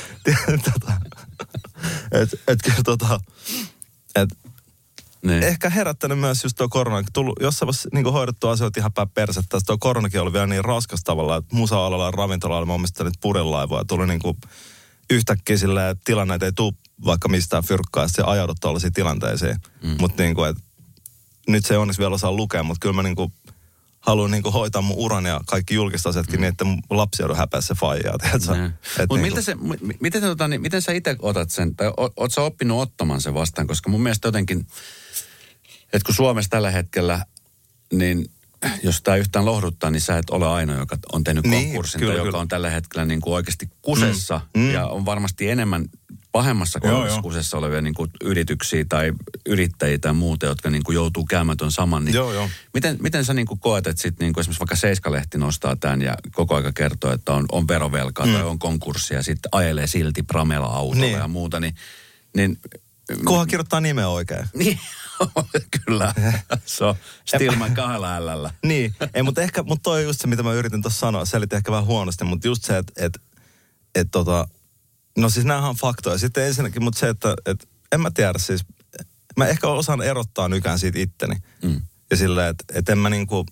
Ehkä herättänyt myös just tuo korona. Tullut jossain vaiheessa niin hoidettu asioita ihan päin persettä. Tuo koronakin oli vielä niin raskas tavalla, että musa-alalla ja ravintola-alalla mä omistelin purilaivoa. Tuli niin kuin yhtäkkiä silleen, tilanne, että ei tule vaikka mistään fyrkkaa, ja sitten ajaudut tuollaisiin tilanteisiin. Mutta niin kuin, että nyt se ei onneksi vielä osaa lukea, mutta kyllä mä niin kuin haluan niin kuin hoitaa mun uran ja kaikki julkiset asiatkin niin, että mun lapsi joudun häpeä se faijaa. Mutta miten sä itse otat sen, tai oot sä oppinut ottamaan sen vastaan, koska mun mielestä jotenkin, että kun Suomessa tällä hetkellä, niin jos tämä yhtään lohduttaa, niin sä et ole ainoa, joka on tehnyt konkurssin, tai joka on tällä hetkellä niin kuin oikeasti kusessa, ja on varmasti enemmän pahemmassa kusessa olevia niin kuin yrityksiä tai yrittäjiä tai muuta, jotka niin kuin joutuu käymään tuon saman. Niin miten sä niin kuin koet, että sit niin kuin esimerkiksi vaikka Seiska-lehti nostaa tämän ja koko aika kertoo, että on verovelkaa tai on konkurssia ja sitten ajelee silti Pramela-autolla ja muuta, niin kunhan kirjoittaa nimeä oikein. Niin, kyllä. Se on Stillman 2 L:llä. Niin, mutta toi on just se, mitä mä yritin tuossa sanoa. Selitin ehkä vähän huonosti, mutta just se, että no siis näähän on faktoja. Sitten ensinnäkin, mutta se, että en mä tiedä siis, mä ehkä osaan erottaa nykään siitä itteni. Ja silleen, että en mä niinku,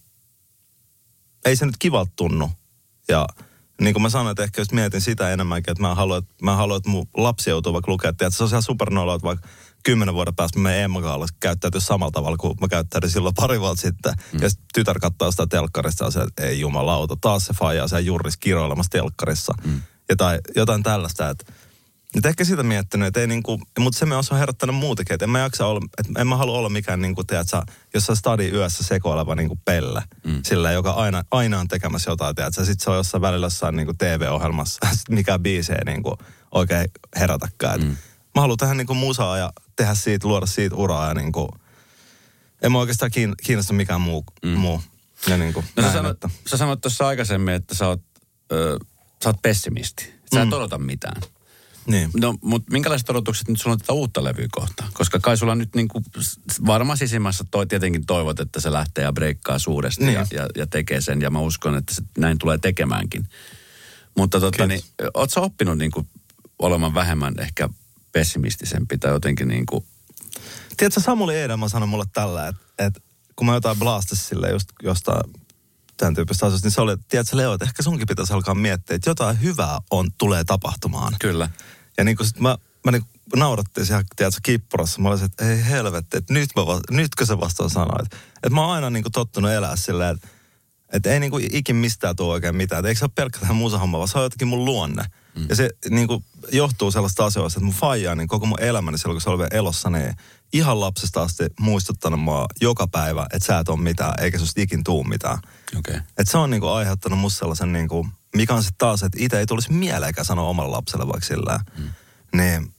ei se nyt kivalta tunnu. Ja niin kuin mä sanoin, että ehkä just mietin sitä enemmänkin, että mä haluan, että mun lapsi joutuu vaikka lukea, että se on ihan supernoloa, että vaikka 10 vuoden päästä mä menen Emma käyttäytyy samalla tavalla kuin mä käyttäydyin silloin pari vuotta sitten. Ja sitten tytär katsoo sitä telkkarista ja se, että ei jumalauta, taas se faijaa siellä juurissa kiroilemassa telkkarissa. Jotain tällaista, että ehkä sitä miettinyt, että ei niinku, mutta se myös on herättänyt muutakin, että en mä jaksa olla, että en mä halua olla mikään niinku, tiedätkö, jossain stadin yössä sekoileva niinku pelle, sillä joka aina on tekemässä jotain, tiedätkö, sit se on jossain välillä jossain niinku TV-ohjelmassa, mikä biisi ei niinku oikein herätäkään. Mä haluan tehdä niinku musaa ja tehdä siitä, luoda siitä uraa ja niinku, en mä oikeastaan kiinnosta mikään muu. Ja niinku, no sä sanoit tuossa aikaisemmin, että sä oot pessimisti. Sä et odota mitään. Niin. No, mutta minkälaiset odotukset nyt sulla on tätä uutta levyä kohtaan? Koska kai sulla nyt niinku varmaan sisimmässä tietenkin toivot, että se lähtee ja breikkaa suuresti ja tekee sen. Ja mä uskon, että se näin tulee tekemäänkin. Mutta niin, oot sä oppinut niinku olemaan vähemmän ehkä pessimistisempi tai jotenkin niinku... Tiedätkö, Samuli Edelman sanoi mulle tällä, että kun mä jotain blastas sille just jostain tämän tyyppistä asioista, niin se oli, että tiedätkö Leo, että ehkä sunkin pitäisi alkaa miettiä, että jotain hyvää tulee tapahtumaan. Kyllä. Ja niin kuin sit mä niin naurattiin siellä, tiedätkö, kippurassa. Mä olisin, että ei helvetti, että nytkö se vasta on sanoa. Että mä oon aina niin kuin tottunut elää silleen, että ei niin kuin ikin mistään tule oikein mitään. Että eikö se ole pelkästään musahomma, vaan se on jotenkin mun luonne. Ja se niin kuin johtuu sellaista asioista, että mun faijaa, niin koko mun elämäni silloin, kun se oli vielä elossa, niin ihan lapsesta asti muistuttanut mua joka päivä, että sä et ole mitään, eikä susta ikin tuu mitään. Okay. Että se on niin kuin aiheuttanut musta sellaisen, niin kuin, mikä on sitten taas, että itse ei tulisi mieleenkään sanoa omalle lapselle vaikka sillä. Niin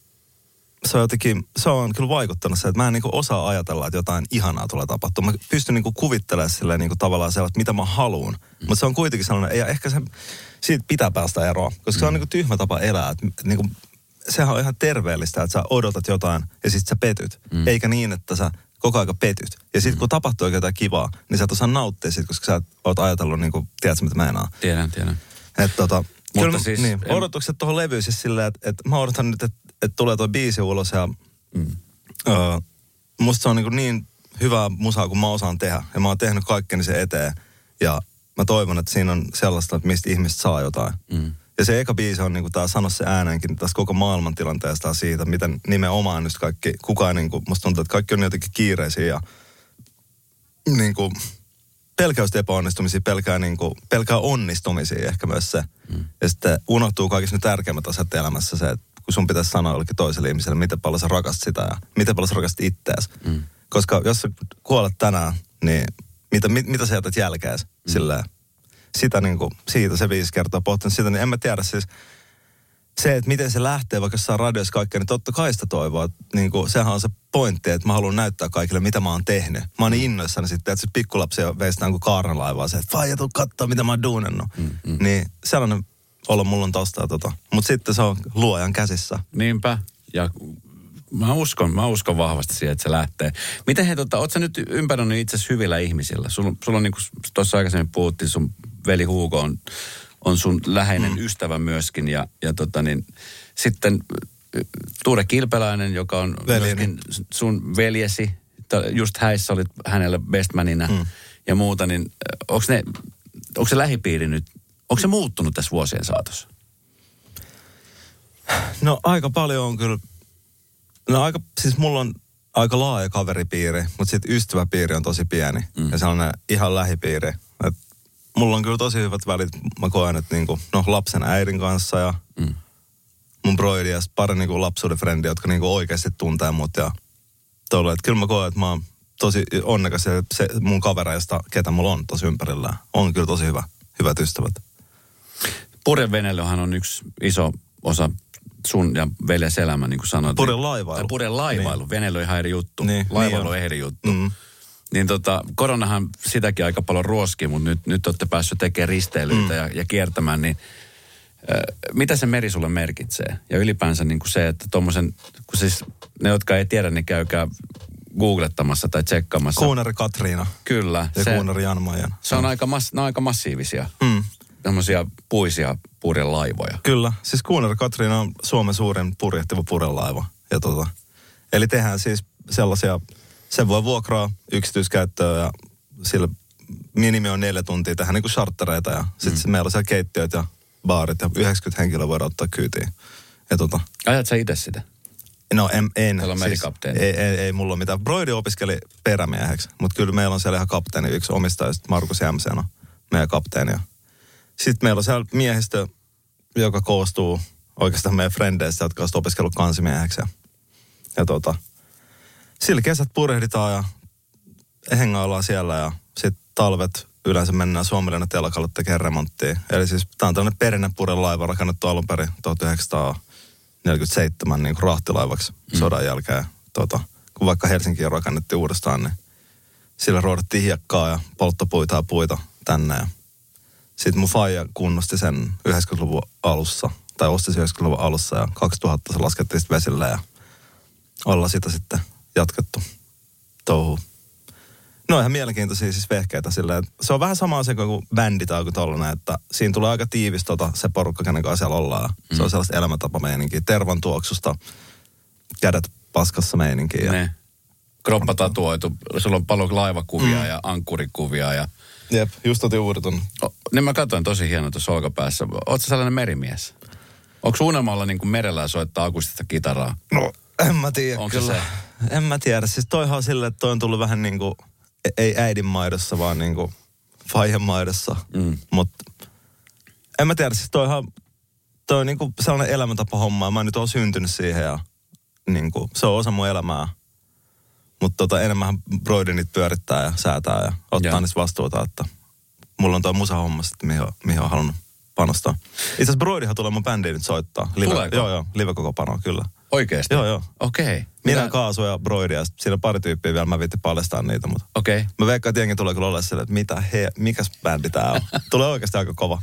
se on kyllä vaikuttanut se, että mä en niin kuin osaa ajatella, että jotain ihanaa tulee tapahtumaan. Mä pystyn niin kuin kuvittelemaan silleen niin kuin tavallaan sellaista, mitä mä haluun. Mutta se on kuitenkin sellainen, ja ehkä siitä pitää päästä eroon, koska se on niin kuin tyhmä tapa elää. Että niin kuin, sehän on ihan terveellistä, että sä odotat jotain ja sitten sä petyt. Eikä niin, että sä koko aika petyt. Ja sitten kun tapahtuu jotain kivaa, niin sä et osaa nauttia siitä, koska sä oot ajatellut, niin kuin, tiedätkö mitä meinaa? Tiedän. Että mutta siis... Niin, odotukset tuohon levyyn siis silleen, että mä odotan nyt, että tulee tuo biisi ulos ja musta se on niin hyvää musaa kuin mä osaan tehdä. Ja mä oon tehnyt kaikkeni sen eteen. Ja mä toivon, että siinä on sellaista, että mistä ihmiset saa jotain. Ja se eka biisi on niin tää sano se ääneenkin tästä koko maailmantilanteesta siitä, miten nimenomaan nyt kaikki, kukaan niin kuin, musta tuntuu, että kaikki on jotenkin kiireisiä ja niin kuin, pelkää epäonnistumisia, pelkää onnistumisia ehkä myös se. Ja sitten unohtuu kaikista ne tärkeimmät asiat elämässä se, että kun sun pitäisi sanoa jollekin toiselle ihmiselle, miten paljon sä rakastat sitä ja miten paljon sä rakastat itteäsi. Koska jos sä kuolet tänään, niin mitä sä jätät jälkeäsi? Silleen, sitä siitä se 5 kertaa pohtinut sitä, niin en mä tiedä siis se, että miten se lähtee, vaikka jossain radiossa kaikkea, niin totta kai sitä toivoa. Niin kuin, sehän on se pointti, että mä haluan näyttää kaikille, mitä mä oon tehnyt. Mä oon niin innoissani sitten, että se pikkulapsi veistään kuin kaarnalaivaa se, että faija, tuu kattoo, mitä mä oon duunannut. Niin sellainen olo mulla on tosta. Mutta sitten se on luojan käsissä. Niinpä. Ja mä uskon vahvasti siihen, että se lähtee. Miten oot sä nyt ympäröinyt itse asiassa hyvillä ihmisillä? Sulla on niin kuin tuossa aikaisemmin puhuttiin, sun veli Hugo on sun läheinen ystävä myöskin. Ja sitten Tuure Kilpeläinen, joka on myöskin sun veljesi. Just häissä olit hänelle bestmanina ja muuta. Niin onko se lähipiiri nyt, onko se muuttunut tässä vuosien saatossa? No aika paljon on kyllä. No siis mulla on aika laaja kaveripiiri, mutta sitten ystäväpiiri on tosi pieni. Ja sellainen ihan lähipiiri. Et mulla on kyllä tosi hyvät välit. Mä koen, että lapsen äidin kanssa ja mun broidi ja pari lapsuuden frendi, jotka oikeasti tuntee mut. Ja tuolla, että kyllä mä koen, että mä oon tosi onnekas ja se mun kavereista, ketä mulla on tosi ympärillään, on kyllä tosi hyvät ystävät. Purjeveneilyhän on yksi iso osa sun ja veljes elämä, niin kuin sanoit. Purjelaivailu. Purjelaivailu. Niin. Veneily on ihan eri juttu. Niin, laivailu on eri juttu. Niin koronahan sitäkin aika paljon ruoski, mutta nyt olette päässyt tekemään risteilyitä ja kiertämään, niin mitä se meri sulle merkitsee? Ja ylipäänsä niin kuin se, että tommosen, kun siis ne, jotka ei tiedä, niin käykää googlettamassa tai tsekkaamassa. Kuunari Katriina. Kyllä. Ja Kuunari Jan-Majan. Se on ne on aika massiivisia. Tämmöisiä puisia purjelaivoja. Kyllä. Siis Kuunari Katriina on Suomen suurin purjehtiva purjelaiva. Ja eli tehdään siis sellaisia, sen voi vuokraa yksityiskäyttöön ja sillä minimi on 4 tuntia tehdään niin kuin chartereita ja sitten meillä on siellä keittiöt ja baarit ja 90 henkilöä voidaan ottaa kyytiin. Ja Ajat sä itse sitä? No en. Meillä on merikapteeni. Ei mulla ole mitään. Broidi opiskeli perämieheksi, mutta kyllä meillä on siellä ihan kapteeni, yksi omistaja, Markus Jämseen on meidän kapteeni. Sitten meillä on siellä miehistö, joka koostuu oikeastaan meidän frendeistä, jotka on opiskellut kansimieheksi. Ja sillä kesät purjehditaan ja hengaillaan siellä ja sitten talvet yleensä mennään Suomenlinnan telakalle tekemään remonttia. Eli siis tämä on tämmöinen perinnepuren rakennettu alun perin 1947 niin kuin rahtilaivaksi sodan jälkeen. Kun vaikka Helsinkiin rakennettiin uudestaan, niin sillä ruodettiin hiekkaa ja polttopuita ja puita tänne. Ja sitten mun faija kunnosti sen 90-luvun alussa, tai osti sen 90-luvun alussa ja 2000 se laskettiin sitten vesille ja ollaan sitä sitten jatkettu touhuun. No ihan mielenkiintoisia siis vehkeitä silleen. Se on vähän sama asia kuin bändi tai joku tollainen, että siinä tulee aika tiivis se porukka, kenen kanssa siellä ollaan. Se on sellaista elämäntapameininkiä. Tervan tuoksusta, kädet paskassa meininkiä. Ne. Kroppa tatuoitu. Sulla on paljon laivakuvia ja ankkurikuvia ja... Jep, just otin uudetun. Niin mä katsoin tosi hieno tuossa olkapäässä. Ootko sä sellainen merimies? Onko unelmalla niin kuin merellä ja soittaa akustista kitaraa? No, en mä tiedä. Onko kyllä. Se? En mä tiedä. Siis toihan on silleen, että toi on tullut vähän niin kuin, ei äidin maidossa, vaan niin kuin faijan maidossa. Mutta en mä tiedä. Siis toi on niin kuin sellainen elämäntapa homma. Mä nyt oon syntynyt siihen ja niin kuin, se on osa mun elämää. Mutta enemmän broidi niitä pyörittää ja säätää ja ottaa niistä vastuuta, että mulla on toi musahomma sitten, mihin on halunnut panostaa. Itse asiassa broidihan tulee mun bändiin nyt soittaa. Tuleeko? Joo, live-kokopanoa, kyllä. Oikeesti? Joo. Okei. Minä Kaasu ja broidia, ja siinä on pari tyyppiä vielä, mä viittin paljastaa niitä, mutta... Okei. Mä veikkaan, että jengi tulee kyllä olemaan silleen, että mikäs bändi tää on. Tulee oikeasti aika kova.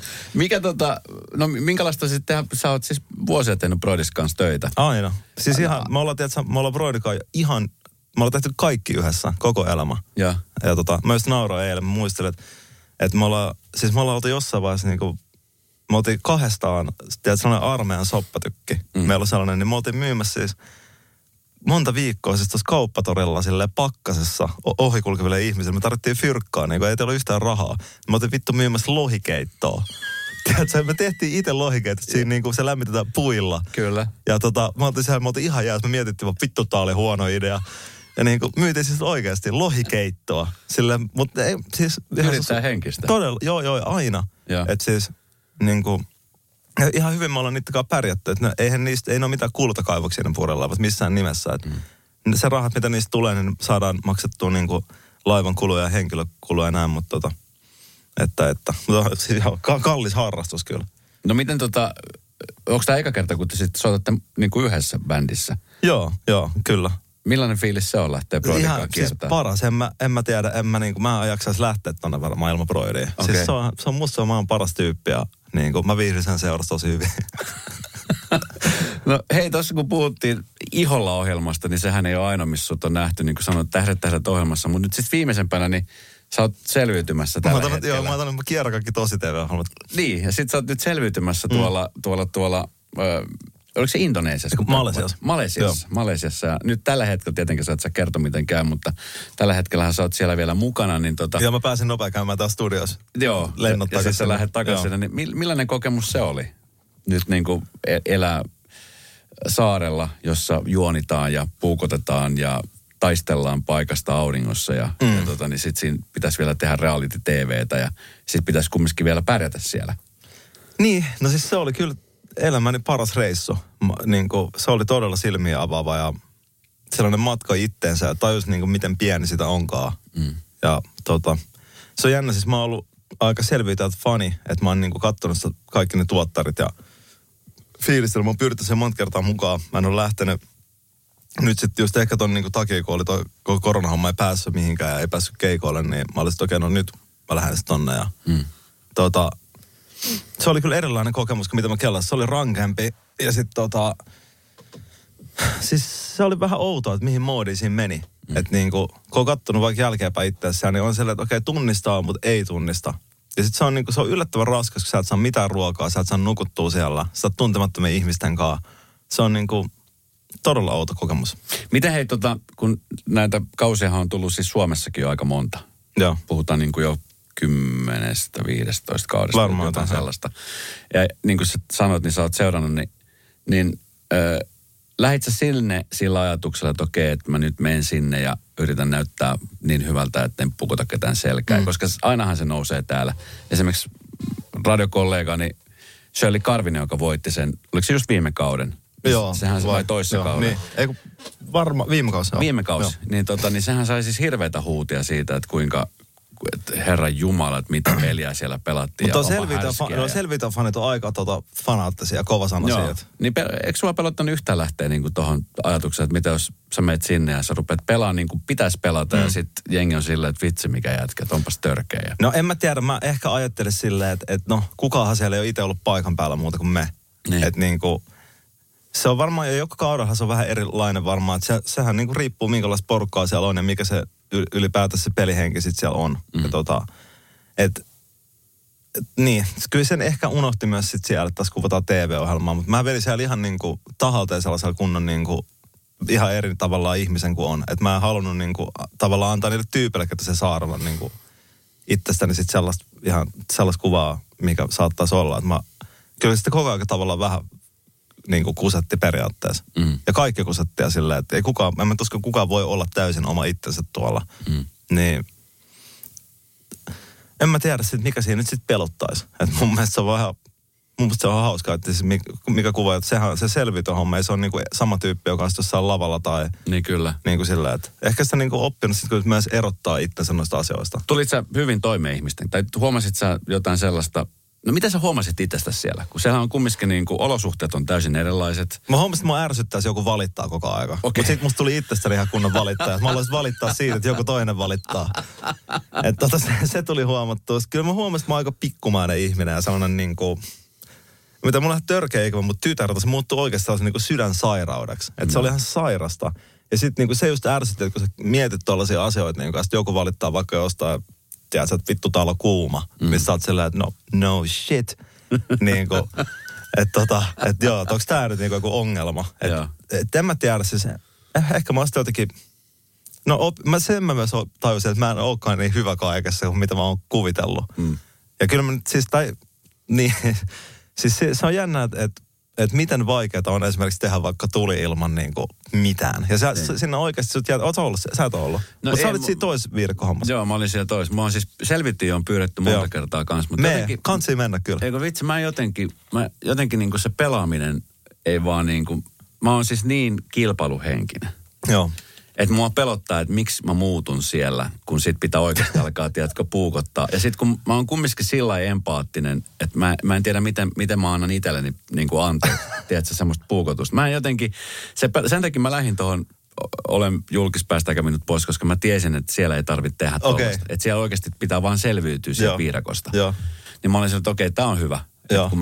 Minkälaista sitten sä oot siis vuosia tehnyt broidis kanssa töitä? Aina. Siis ihan, me ollaan broidikaan ihan... Me ollaan tehty kaikki yhdessä, koko elämä. Ja mä just nauroin eilen, mä muistelin, että me ollaan oltu jossain vaiheessa niinku, me oltiin kahdestaan, tiedät, sellainen armeijan soppatykki. Meillä on sellainen, niin me oltiin myymässä siis monta viikkoa siis tuossa kauppatorilla silleen pakkasessa ohikulkeville ihmisille. Me tarvittiin fyrkkaa, niin kun ei teillä ihan rahaa. Me oltiin vittu myymässä lohikeittoa. Tiedätkö, me tehtiin itse lohikeittoa, siinä niin kuin se lämmitetään puilla. Kyllä. Ja me oltiin ihan jäässä, me mietittiin, että vittu tää oli huono idea. Ja niin kuin myytiin siis oikeasti lohikeittoa. Sille, mutta ei siis... Yrittää henkistä. Todella, joo, aina. Että siis niin kuin, ihan hyvin me ollaan niittäkaan pärjätty. Että eihän niistä, ei ole mitään kultakaivoksia ne purjelaivat missään nimessä. Että se rahat, mitä niistä tulee, niin saadaan maksettua niin kuin laivan kuluja ja henkilökuluja ja näin, mutta siis kallis harrastus kyllä. No miten onko tämä eka kerta, kun te sitten soitatte niin kuin yhdessä bändissä? Joo, kyllä. Millainen fiilis se on lähteä broidikaan kiertämään? Siis paras. En mä tiedä, mä jaksaisi lähteä tonne maailman broidiin. Okay. Siis se on musta maan paras tyyppi ja niin kuin mä viihdyn sen seurassa tosi hyvin. No hei, tuossa kun puhuttiin Iholla-ohjelmasta, niin sehän ei ole ainoa, missä sut on nähty, niin kuin sanoit, tähdet ohjelmassa. Mutta nyt sitten viimeisempänä, niin sä oot selviytymässä tällä hetkellä. Joo, mä otan kierrän kaikki tosi TV-ohjelmat. Niin, ja sit sä oot nyt selviytymässä tuolla oliko se Indonesiassa? Malesiassa. Ja nyt tällä hetkellä tietenkin sä et saa kertoa miten käy, mutta tällä hetkellähän sä oot siellä vielä mukana. Niin Joo, mä pääsin nopeasti käymään taas studiossa. Joo, lennot ja sitten sä lähdet takaisin sinne. Niin millainen kokemus se oli? Nyt niin kuin elää saarella, jossa juonitaan ja puukotetaan ja taistellaan paikasta auringossa ja niin sit siinä pitäisi vielä tehdä reality-tv:tä ja sit pitäisi kumminkin vielä pärjätä siellä. Niin, no siis se oli kyllä elämäni paras reissu. Se oli todella silmiä avaava ja sellainen matka itteensä ja tajus niin kuin miten pieni sitä onkaan. Ja se on jännä, siis mä oon ollut aika selviytynyt fani, että mä oon niin kuin kattonut kaikki ne tuottarit ja fiilistellyt. Mä oon pyritty sen monta kertaa mukaan. Mä en ole lähtenyt nyt sitten just ehkä ton niin kuin takia, kun oli toi koronahomma ei päässyt mihinkään ja ei päässyt keikoille, niin mä olisin okei, no nyt mä lähden sitten tonne ja se oli kyllä erilainen kokemus kuin mitä mä kellasin. Se oli rankempi ja sitten siis se oli vähän outoa, että mihin moodiin siinä meni. Että niinku, kun on kattonut vaikka jälkeenpäin itseänsä, niin on sellainen, että okei, tunnistaa, mutta ei tunnista. Ja sitten se on, niinku, se on yllättävän raskas, kun sä et saa mitään ruokaa, sä et saa nukuttua siellä, sä oot tuntemattomien ihmisten kanssa. Se on niinku todella outo kokemus. Miten hei, kun näitä kausiahan on tullut siis Suomessakin jo aika monta. Joo. Puhutaan niinku jo 10-15 kaudesta. Varmaan jotain sellaista. Ja niin kuin sä sanoit, niin sä oot seurannut, niin lähit sä sinne sillä ajatuksella, että okei, että mä nyt menen sinne ja yritän näyttää niin hyvältä, että en pukuta ketään selkää. Koska ainahan se nousee täällä. Esimerkiksi radiokollegani Shirley Karvinen, joka voitti sen, oliko se just viime kauden? Joo. Sehän se vai toissa kauden. Niin. Eiku, viime kausi. Viime kausi. Niin sehän sai siis hirveitä huutia siitä, että kuinka Herran Jumala, että mitä peliä siellä pelattiin. Mutta Selvitä-fanit on aika fanaattisia ja kovasanaisia. Joo. Niin eikö sua pelottanut yhtään lähteä niinku tuohon ajatukseen, että mitä jos sä menet sinne ja sä rupeat pelaamaan niin kuin pitäisi pelata ja sitten jengi on silleen, että vitsi mikä jätkä, että onpas törkeä. No en mä tiedä, mä ehkä ajattelin silleen, että no kukaanhan siellä ei ole itse ollut paikan päällä muuta kuin me. Niin. Että niinku, se on varmaan, ja joka kaudellahan se on vähän erilainen varmaan, että sehän niinku riippuu minkälaista porukkaa siellä on ja mikä se ylipäätänsä se pelihenki sitten siellä on. Ja niin, kyllä sen ehkä unohti myös sitten siellä, että tässä kuvataan TV-ohjelmaa, mutta mä vedin siellä ihan niinku tahalteen sellaisella kunnon niinku ihan eri tavallaan ihmisen kuin on. Että mä en halunnut niinku tavallaan antaa niille tyypeille, että se saarella niinku itsestäni sitten sellaista kuvaa, mikä saattaisi olla. Että kyllä sitten koko ajan tavallaan vähän niinku kusetti periaatteessa. Ja kaikki kusettia silleen, että ei kukaan, en mä tuskin kukaan voi olla täysin oma itsensä tuolla. Niin en mä tiedä sit, mikä siinä nyt sitten pelottaisi. Että mun mielestä se on vähän hauskaa, että siis mikä kuvaa, että sehän se selviytyhomma, ei se on niinku sama tyyppi, joka on jossain lavalla tai niin kyllä. Niinku sillä, että ehkä sitä niinku oppinut sitten, kun myös erottaa itsensä noista asioista. Tulit sä hyvin toimeen ihmisten, tai huomasit sä jotain sellaista, no mitä sä huomasit itsestäsi siellä? Kun siellä on kumminkin niinku olosuhteet on täysin erilaiset. Mä huomasin, että mua ärsyttää, jos joku valittaa koko aika. Okay. Mutta sitten musta tuli itsestäni ihan kunnon valittaja. Mä haluaisin valittaa siitä, että joku toinen valittaa. Että se tuli huomattua. Kyllä mä huomasin, että mä oon aika pikkumainen ihminen ja sellainen niinku, mitä mulla on törkeä ikävä, mutta tytärtä se muuttui oikeastaan sellaisen niinku sydänsairaudeksi. Että se oli ihan sairasta. Ja sitten niinku se just ärsytti, että kun sä mietit tollaisia asioita, niin sitten joku valittaa vaikka jostain, tiedätkö, että vittu täällä on kuuma. Niin sä oot sellainen, että no shit. Niinku, että joo, onko tää nyt niinku joku ongelma? Että en mä tiedä siis, ehkä mä oon jotenkin, mä myös tajusin, että mä en olekaan niin hyvä kaikessa kuin mitä mä oon kuvitellut. Ja kyllä mä nyt siis, siis se on jännä, että miten vaikeaa on esimerkiksi tehdä vaikka tuli ilman niinku mitään. Ja sinä oikeasti, sä et ole ollut. No mutta sä olit siinä toisviidekkohommassa. Joo, mä olin siellä toisessa. Mä oon siis selvittyä on pyydetty monta kertaa kanssa. Kansi mennä kyllä. Eikö vitsi, mä jotenkin niinku se pelaaminen ei vaan niinku, mä oon siis niin kilpailuhenkinen. Joo. Että mua pelottaa, että miksi mä muutun siellä, kun sit pitää oikeasti alkaa, tiedätkö, puukottaa. Ja sit kun mä oon kumminkin sillä lailla empaattinen, että mä en tiedä, miten mä annan itselleni niin kuin anteeksi, tiedätkö, semmoista puukotusta. Mä en jotenkin, sen takia mä lähdin tuohon, olen julkispäästä kävinyt pois, koska mä tiesin, että siellä ei tarvitse tehdä tuollaista. Että siellä oikeasti pitää vaan selviytyä siitä piirakosta. Niin mä olin sanonut, että okei, tää on hyvä. Kun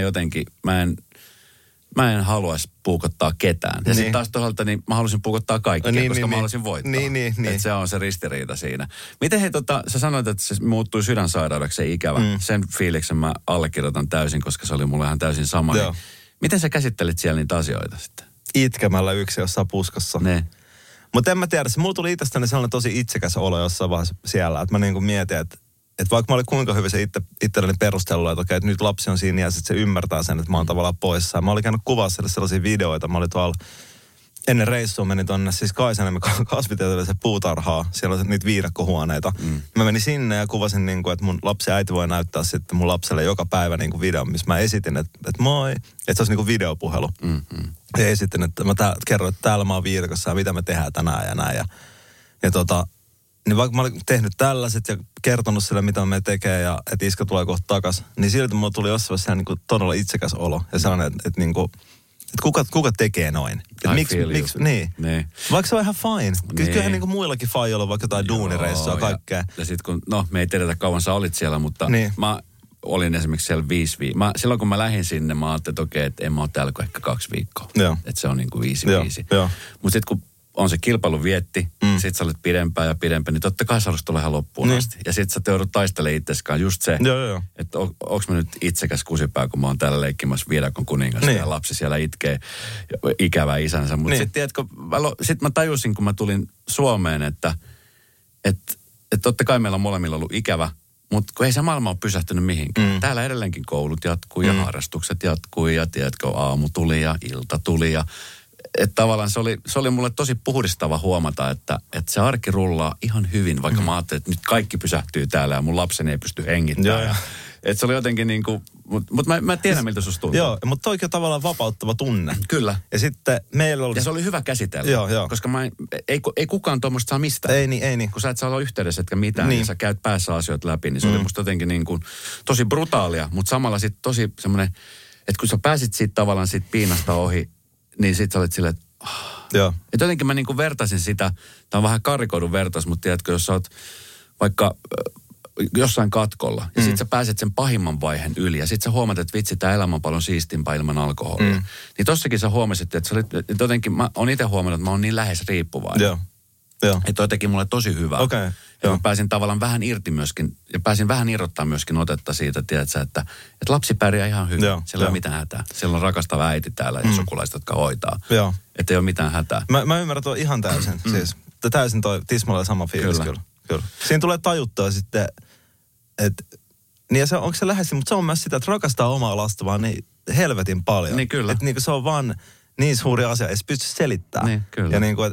mä en haluaisi puukottaa ketään. Ja sitten taas toisaalta, niin mä haluaisin puukottaa kaikkia, koska mä haluaisin voittaa. Että se on se ristiriita siinä. Miten sä sanoit, että se muuttui sydänsairaudeksi, se ikävä. Sen fiiliksen mä allekirjoitan täysin, koska se oli mulle ihan täysin sama. Niin, miten sä käsittelit siellä niitä asioita sitten? Itkemällä yksin jossain puskassa. Mutta en mä tiedä, mulla tuli itsestäni sellainen tosi itsekäs olo jossain vaiheessa siellä, että mä niinku mietin, että vaikka mä olin kuinka hyvin se itselleni perustellut, että okei, että nyt lapsi on siinä ja sitten se ymmärtää sen, että mä oon tavallaan poissa. Mä olin käynyt kuvaa sellaisia videoita. Mä olin tuolla ennen reissua menin tonne siis Kaisaniemen kasvitieteelliseen puutarhaa. Siellä on niitä viidakkohuoneita. Mä menin sinne ja kuvasin, niin kuin, että mun lapsi ja äiti voi näyttää sitten mun lapselle joka päivä niin kuin videon, missä mä esitin, että moi. Että se olisi niin kuin videopuhelu. Ja esitin, että mä kerroin, että täällä mä oon viidakossa ja mitä me tehdään tänään ja näin. Ja niin vaikka mä olin tehnyt tällaiset ja kertonut sille, mitä me tekee ja että iskä tulee kohta takas, niin silti mulla tuli jossain vaiheessa niin kuin todella itsekäs olo. Ja sellainen, että niin kuin, että kuka tekee noin? Miksi? Niin. Vaikka se on ihan fine. Kyllähän niin kuin muillakin faijoilla vaikka jotain duunireissua ja kaikkea. Ja sit kun, me ei tiedetä kauan sä olit siellä, mutta mä olin esimerkiksi siellä 5 viikkoa. Silloin kun mä lähdin sinne, mä ajattelin, että okei, että en mä ole täällä kuin ehkä 2 viikkoa. Että se on niin kuin 5. Mutta sitten kun on se kilpailu vietti, sit sä olet pidempään ja pidempään, niin totta kai sä haluaisit tulla ihan loppuun asti. Ja sit sä joudut taistelemaan itseskaan just se, että onko mä nyt itsekäs kusipää, kun mä oon täällä leikkimässä viidakon kuningasta ja lapsi siellä itkee ikävää isänsä. Mutta sit tiedätkö, sit mä tajusin, kun mä tulin Suomeen, että totta kai meillä on molemmilla ollut ikävä, mutta kun ei se maailma ole pysähtynyt mihinkään. Täällä edelleenkin koulut jatkuu ja harrastukset jatkuu ja tiedätkö, aamu tuli ja ilta tuli ja että tavallaan se oli mulle tosi puhdistava huomata, että se arki rullaa ihan hyvin, vaikka mä ajattelin, että nyt kaikki pysähtyy täällä ja mun lapseni ei pysty hengittämään. Että se oli jotenkin niin kuin, mutta mä tiedän miltä susta tuntuu. Joo, mutta toikin on tavallaan vapauttava tunne. Kyllä. Ja sitten meillä oli... Ja se oli hyvä käsitellä. Joo. Koska ei kukaan tuommoista saa mistään. Ei niin. Kun sä et saa olla yhteydessä etkä mitään, niin sä käyt päässä asioita läpi, niin se oli musta jotenkin niin kuin tosi brutaalia, mutta samalla sitten tosi semmoinen, että kun sä pääsit siitä tavallaan siitä piinasta ohi, niin sit sä olet silleen, että että jotenkin mä niinku vertaisin sitä, tää on vähän karikoidun vertaus, mutta tiedätkö, jos sä oot vaikka jossain katkolla, ja sit sä pääset sen pahimman vaiheen yli, ja sit sä huomaat, että vitsi, tää elämä on paljon siistimpää ilman alkoholia. Niin tossakin sä huomasit, että sä olit, että jotenkin, mä oon itse huomannut, että mä oon niin lähes riippuvainen. Että toi teki mulle tosi hyvää. Ja mä pääsin tavallaan vähän irti myöskin, ja pääsin vähän irrottaa myöskin otetta siitä, tiedätkö, että lapsi pärjää ihan hyvin. Siellä ei ole mitään hätää. Siellä on rakastava äiti täällä ja sukulaiset, jotka hoitaa. Että ei ole mitään hätää. Mä ymmärrän tuon ihan täysin. Siis täysin toi tismalleen sama fiilis kyllä. Siinä tulee tajuttua sitten, että niin ja onko se lähes, mutta se on myös sitä, että rakastaa omaa lasta vaan niin helvetin paljon. Niin kyllä. Että niin se on vaan niin suuri asia, ei se pysty selittämään. Niin kyllä. Ja niin kuin,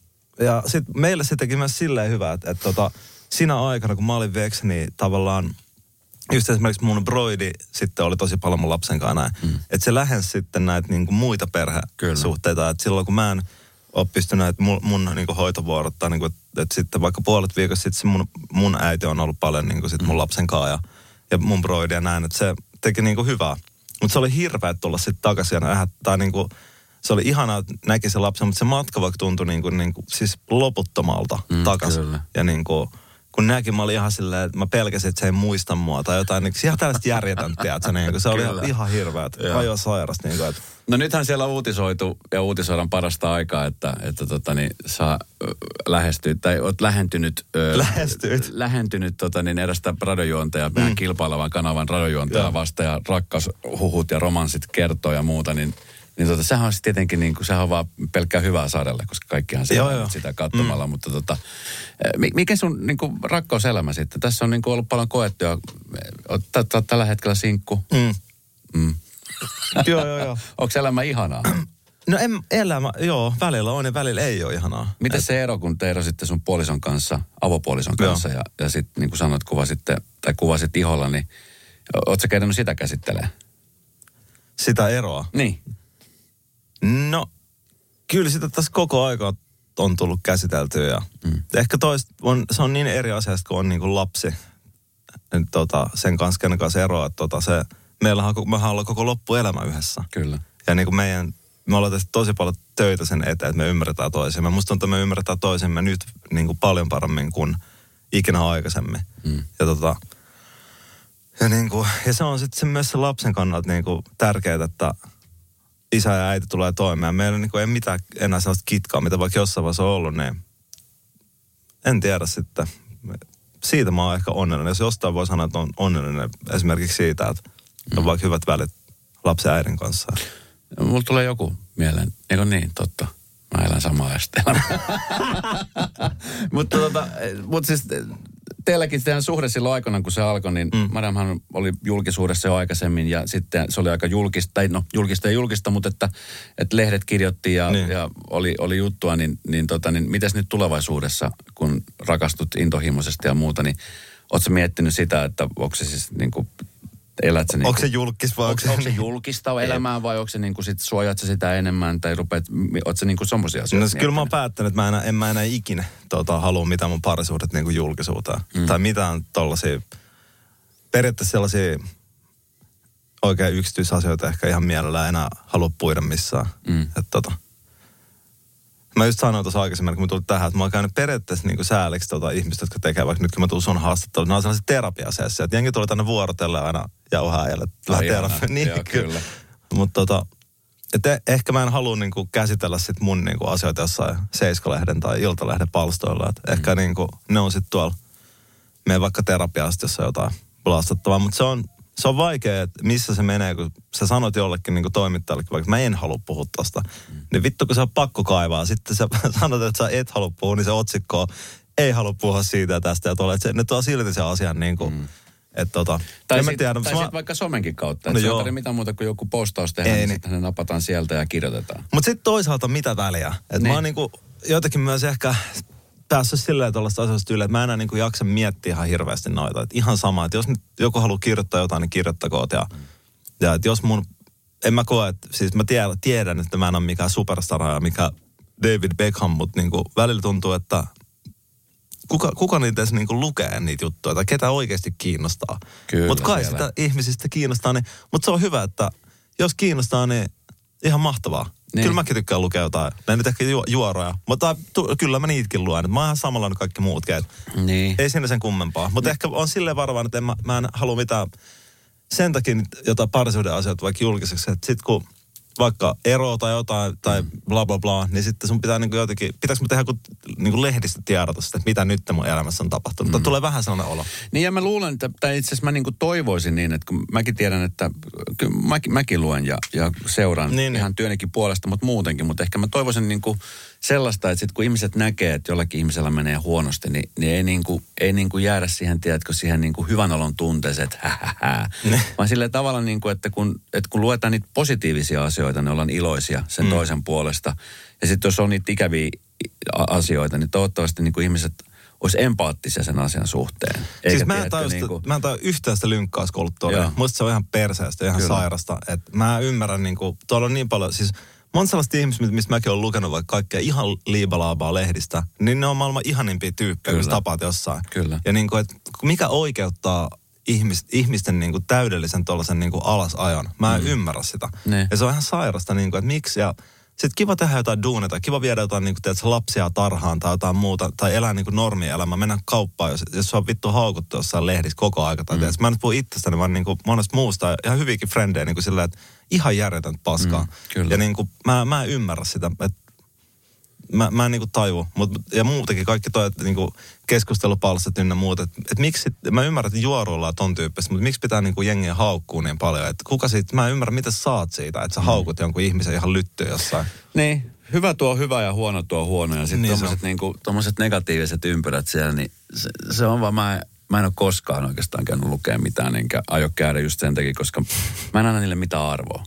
ja sitten meille se teki myös silleen hyvää, että siinä aikana, kun mä olin veksi, niin tavallaan just esimerkiksi mun broidi sitten oli tosi paljon mun lapsen kanssa näin. Että se lähensi sitten näitä niinku muita perhesuhteita. Että silloin kun mä en ole pystynyt näitä mun niinku hoitovuorottaa, niinku, että sitten vaikka puolet viikossa sitten mun äiti on ollut paljon niinku sit mun lapsen kanssa ja mun broidi ja näin. Että se teki niinku hyvää. Mutta se oli hirveä tulla sitten takaisin ja tai niinku... Se oli ihanaa, että näki se lapsen, mutta se matka vaikka tuntui siis loputtomalta takaisin. Kyllä. Ja kun näki, mä olin ihan silleen, että mä pelkäsin, että se ei muista mua tai jotain. Niin ihan tällaista järjetöntä, tiedätkö? Se oli ihan hirveä, että aivan sairasta. No nythän siellä on uutisoitu ja uutisoidaan parasta aikaa, että sä lähestyt tai oot lähentynyt erästä radiojuontajaa, meidän kilpailevan kanavan radiojuontajaa vasta ja rakkaushuhut ja romanssit kertoo ja muuta, niin sehän on tietenkin niin kuin, sehän on vaan pelkkää hyvää saadelle, koska kaikkihan se on sitä katsomalla, mutta mikä sun niin kuin rakkauselämä sitten? Tässä on niin kuin ollut paljon koettuja, oot tällä hetkellä sinkku. Joo. Onko elämä ihanaa? No välillä on ja välillä ei ole ihanaa. Miten se ero, kun te erositte sun puolison kanssa, avopuolison kanssa ja sitten niin kuin sanoit, kuvasit iholla, niin ootko sä käynyt sitä käsittelemään? Sitä eroa? Niin. No, kyllä sitä tässä koko aika on tullut käsiteltyä ja ehkä se on niin eri asia, kun on niin kuin lapsi sen kanssa, kenen kanssa eroa, että mehän ollaan koko loppuelämä yhdessä. Kyllä. Ja niin kuin me ollaan tehty tosi paljon töitä sen eteen, että me ymmärretään toisemme. Musta tuntuu, että me ymmärretään toisemme nyt niin kuin paljon paremmin kuin ikinä aikaisemmin. Ja se on sitten myös se lapsen kannalta niin kuin tärkeää, että isä ja äiti tulee toimeen. Meillä niin kuin ei mitään enää sellaista kitkaa, mitä vaikka jossain vaiheessa on ollut, niin en tiedä sitten. Siitä mä oon ehkä onnellinen. Jos jostain voi sanoa, että on onnellinen esimerkiksi siitä, että on vaikka hyvät välit lapsen ja äidin kanssa. Mulla tulee joku mieleen. Eikö niin? Totta. Mä elän samaa elämää. Mutta siis teilläkin teidän suhde silloin aikana, kun se alkoi, niin Mariamhan oli julkisuudessa jo aikaisemmin ja sitten se oli aika julkista, tai no julkista, mutta että lehdet kirjoitti ja oli juttua, niin mites nyt tulevaisuudessa, kun rakastut intohimoisesti ja muuta, niin ootko miettinyt sitä, että onko se siis niin kuin elät se onko se julkis vai onko se julkista elämää vai onko se niin kuin sit suojaat sä sitä enemmän tai rupeat, ootko se niin kuin semmoisia asioita? No kyllä mä oon päättänyt, että en mä enää ikinä halua mitään mun parisuhdet niin kuin julkisuuteen. Tai mitään tollaisia, periaatteessa sellaisia oikein yksityisasioita ehkä ihan mielellään enää halua puida missään. Mä just sanoin tuossa aikaisemmin, kun mä tulin tähän, että mä oon käynyt periaatteessa niin kuin sääliksi ihmistä, jotka tekee, vaikka nyt kun mä tuun sun haastatteluun, ne on sellaisia terapiasessioita, että jengi tulee tänne vuorotelle aina jauhaa ja lähtee terapiaan. Niin, kyllä. Mutta ehkä mä en halua niin kuin käsitellä sit mun niin kuin asioita jossain Seiska-lehden tai Iltalehden palstoilla. Että ehkä niin kuin, ne on sitten tuolla, mene vaikka terapiasta, jossa on jotain blastattavaa, mutta se on vaikea, että missä se menee, kun sä sanot jollekin niin kuin toimittajallekin, vaikka mä en halua puhua tosta. Niin vittu, kun se on pakko kaivaa. Sitten sä sanot, että sä et halua puhua, niin se otsikko ei halua puhua siitä ja tästä ja tuolla. Että ne tuo silti sen asian niin kuin, tai sitten vaikka somenkin kautta. Että se on mitään muuta kuin joku postaus tehdään, niin sitten ne napataan sieltä ja kirjoitetaan. Mutta sitten toisaalta mitä väliä? Että mä oon niin kuin jotenkin myös ehkä päässyt silleen tuollaista asioista ylle, että mä enää niin kuin jaksa miettiä ihan hirveästi noita. Että ihan sama, että jos nyt joku haluaa kirjoittaa jotain, niin kirjoittakoot. Ja että jos en mä koe, että siis mä tiedän, että mä en ole mikään superstara ja mikä David Beckham, mutta niin kuin välillä tuntuu, että kuka niitä edes niin kuin lukee niitä juttuja tai ketä oikeasti kiinnostaa. Mutta kai siellä sitä ihmisistä kiinnostaa, niin, mutta se on hyvä, että jos kiinnostaa, niin ihan mahtavaa. Niin. Kyllä mäkin tykkään lukea jotain. Ne nyt ehkä juoroja. Mutta kyllä mä niitäkin luen. Mä oon ihan samanlainen kaikki muut. Niin. Ei siinä sen kummempaa. Mutta ehkä on silleen varovaan, että mä en halua mitään sen takia jotain parisuuden asioita vaikka julkiseksi. Että sit kun vaikka ero tai jotain tai bla bla bla, niin sitten sun pitää niinku jotenkin, pitääkö mä tehdä niinku lehdistä tiedotusta, että mitä nyt mun elämässä on tapahtunut. Mutta tulee vähän sellainen olo. Niin ja mä luulen, tai itse asiassa mä niinku toivoisin niin, että kun mäkin tiedän, että mäkin luen ja seuraan ihan työnikin puolesta, mutta muutenkin. Mutta ehkä mä toivoisin niinku sellaista, että sit kun ihmiset näkee, että jollakin ihmisellä menee huonosti, niin ei jäädä siihen, tiedätkö, siihen niinku hyvän olon tunteeseen, että vaan silleen tavalla niinku, että kun luetaan niitä positiivisia asioita, ne ollaan iloisia sen toisen puolesta. Ja sitten jos on niitä ikäviä asioita, niin toivottavasti niinku ihmiset olisi empaattisia sen asian suhteen. Siis mä en tajua yhtään sitä lynkkauskulttuuria. Musta se on ihan perseestä, ihan sairasta. Että mä ymmärrän niinku, tuolla on niin paljon, siis monta sellaista ihmistä, mistä mäkin olen lukenut vaikka kaikkea ihan liibalaabaa lehdistä, niin ne on maailman ihanimpia tyyppejä, kun tapaat jossain. Kyllä. Ja niinku, että mikä oikeuttaa ihmisten niinku täydellisen tuollaisen niinku alasajon. Mä en ymmärrä sitä. Ne. Ja se on ihan sairasta, niinku, että miksi. Ja sitten kiva tehdä jotain duunita, kiva viedä jotain niinku, tiedätkö, lapsia tarhaan tai jotain muuta, tai elää niinku normielämää, mennä kauppaan, jos se on vittu haukuttu jossain lehdissä koko aika. Mä en nyt puhu itsestäni, vaan niinku monesta muusta, ihan hyviäkin frendejä niinku sillä, että ihan järjetöntä paskaa. Ja niinku, mä en ymmärrä sitä, että mä en niinku taju. Ja muutenkin kaikki toi, että niinku keskustelupalstat ynnä muuta. Että miksi, mä ymmärrän, että juoruilla on ton tyyppistä, mutta miksi pitää niinku jengiä haukkuu niin paljon? Että kuka siitä, mä en ymmärrä, mitä saat siitä, että sä haukut jonkun ihmisen ihan lyttyä jossain. Niin, hyvä tuo hyvä ja huono tuo huono. Ja sitten tommoset negatiiviset ympyrät siellä, niin se on vaan mä en ole koskaan oikeastaan käynyt lukemaan mitään, enkä aio käydä just sen takia, koska mä en anna niille mitään arvoa.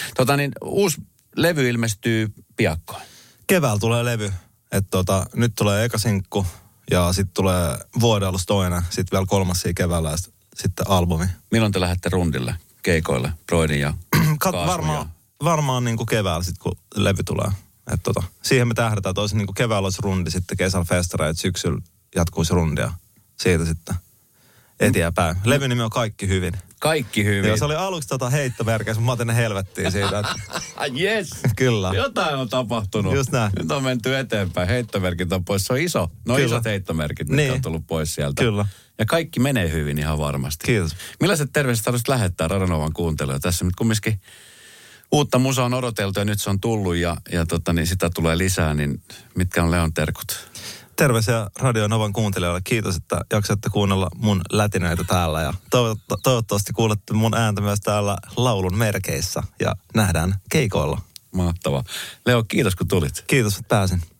Uusi levy ilmestyy piakkoin. Keväällä tulee levy. Että nyt tulee eka sinkku ja sitten tulee vuoden alussa toinen. Sitten vielä kolmas siinä keväällä ja sitten albumi. Milloin te lähdette rundille, keikoille, Broidin ja Kaasmu? Varmaan niin kuin keväällä sitten, kun levy tulee. Että siihen me tähdätään, että olisi niin kuin keväällä olisi rundi, sitten kesällä festara, että syksyllä jatkuisi rundia. Siitä sitten eteenpäin. Levyn nimi on Kaikki hyvin. Kaikki hyvin. Joo, se oli aluksi heittomerkeissä, mutta mä otin ne helvettiin siitä. Yes. Kyllä. Jotain on tapahtunut. Just näin. Nyt on menty eteenpäin. Heittomerkit on pois. Se on iso. Isot heittomerkit, mitkä on tullut pois sieltä. Kyllä. Ja kaikki menee hyvin ihan varmasti. Kiitos. Millaiset terveiset haluaisit lähettää Radionovan kuuntelijoille? Tässä nyt kumminkin uutta musaa on odoteltu ja nyt se on tullut ja niin sitä tulee lisää. Niin mitkä on Leon terkut? Terveisiä Radio Novan kuuntelijoille. Kiitos, että jaksatte kuunnella mun lätinöitä täällä. Ja toivottavasti kuulette mun ääntä myös täällä laulun merkeissä. Ja nähdään keikoilla. Mahtavaa. Leo, kiitos kun tulit. Kiitos, että pääsin.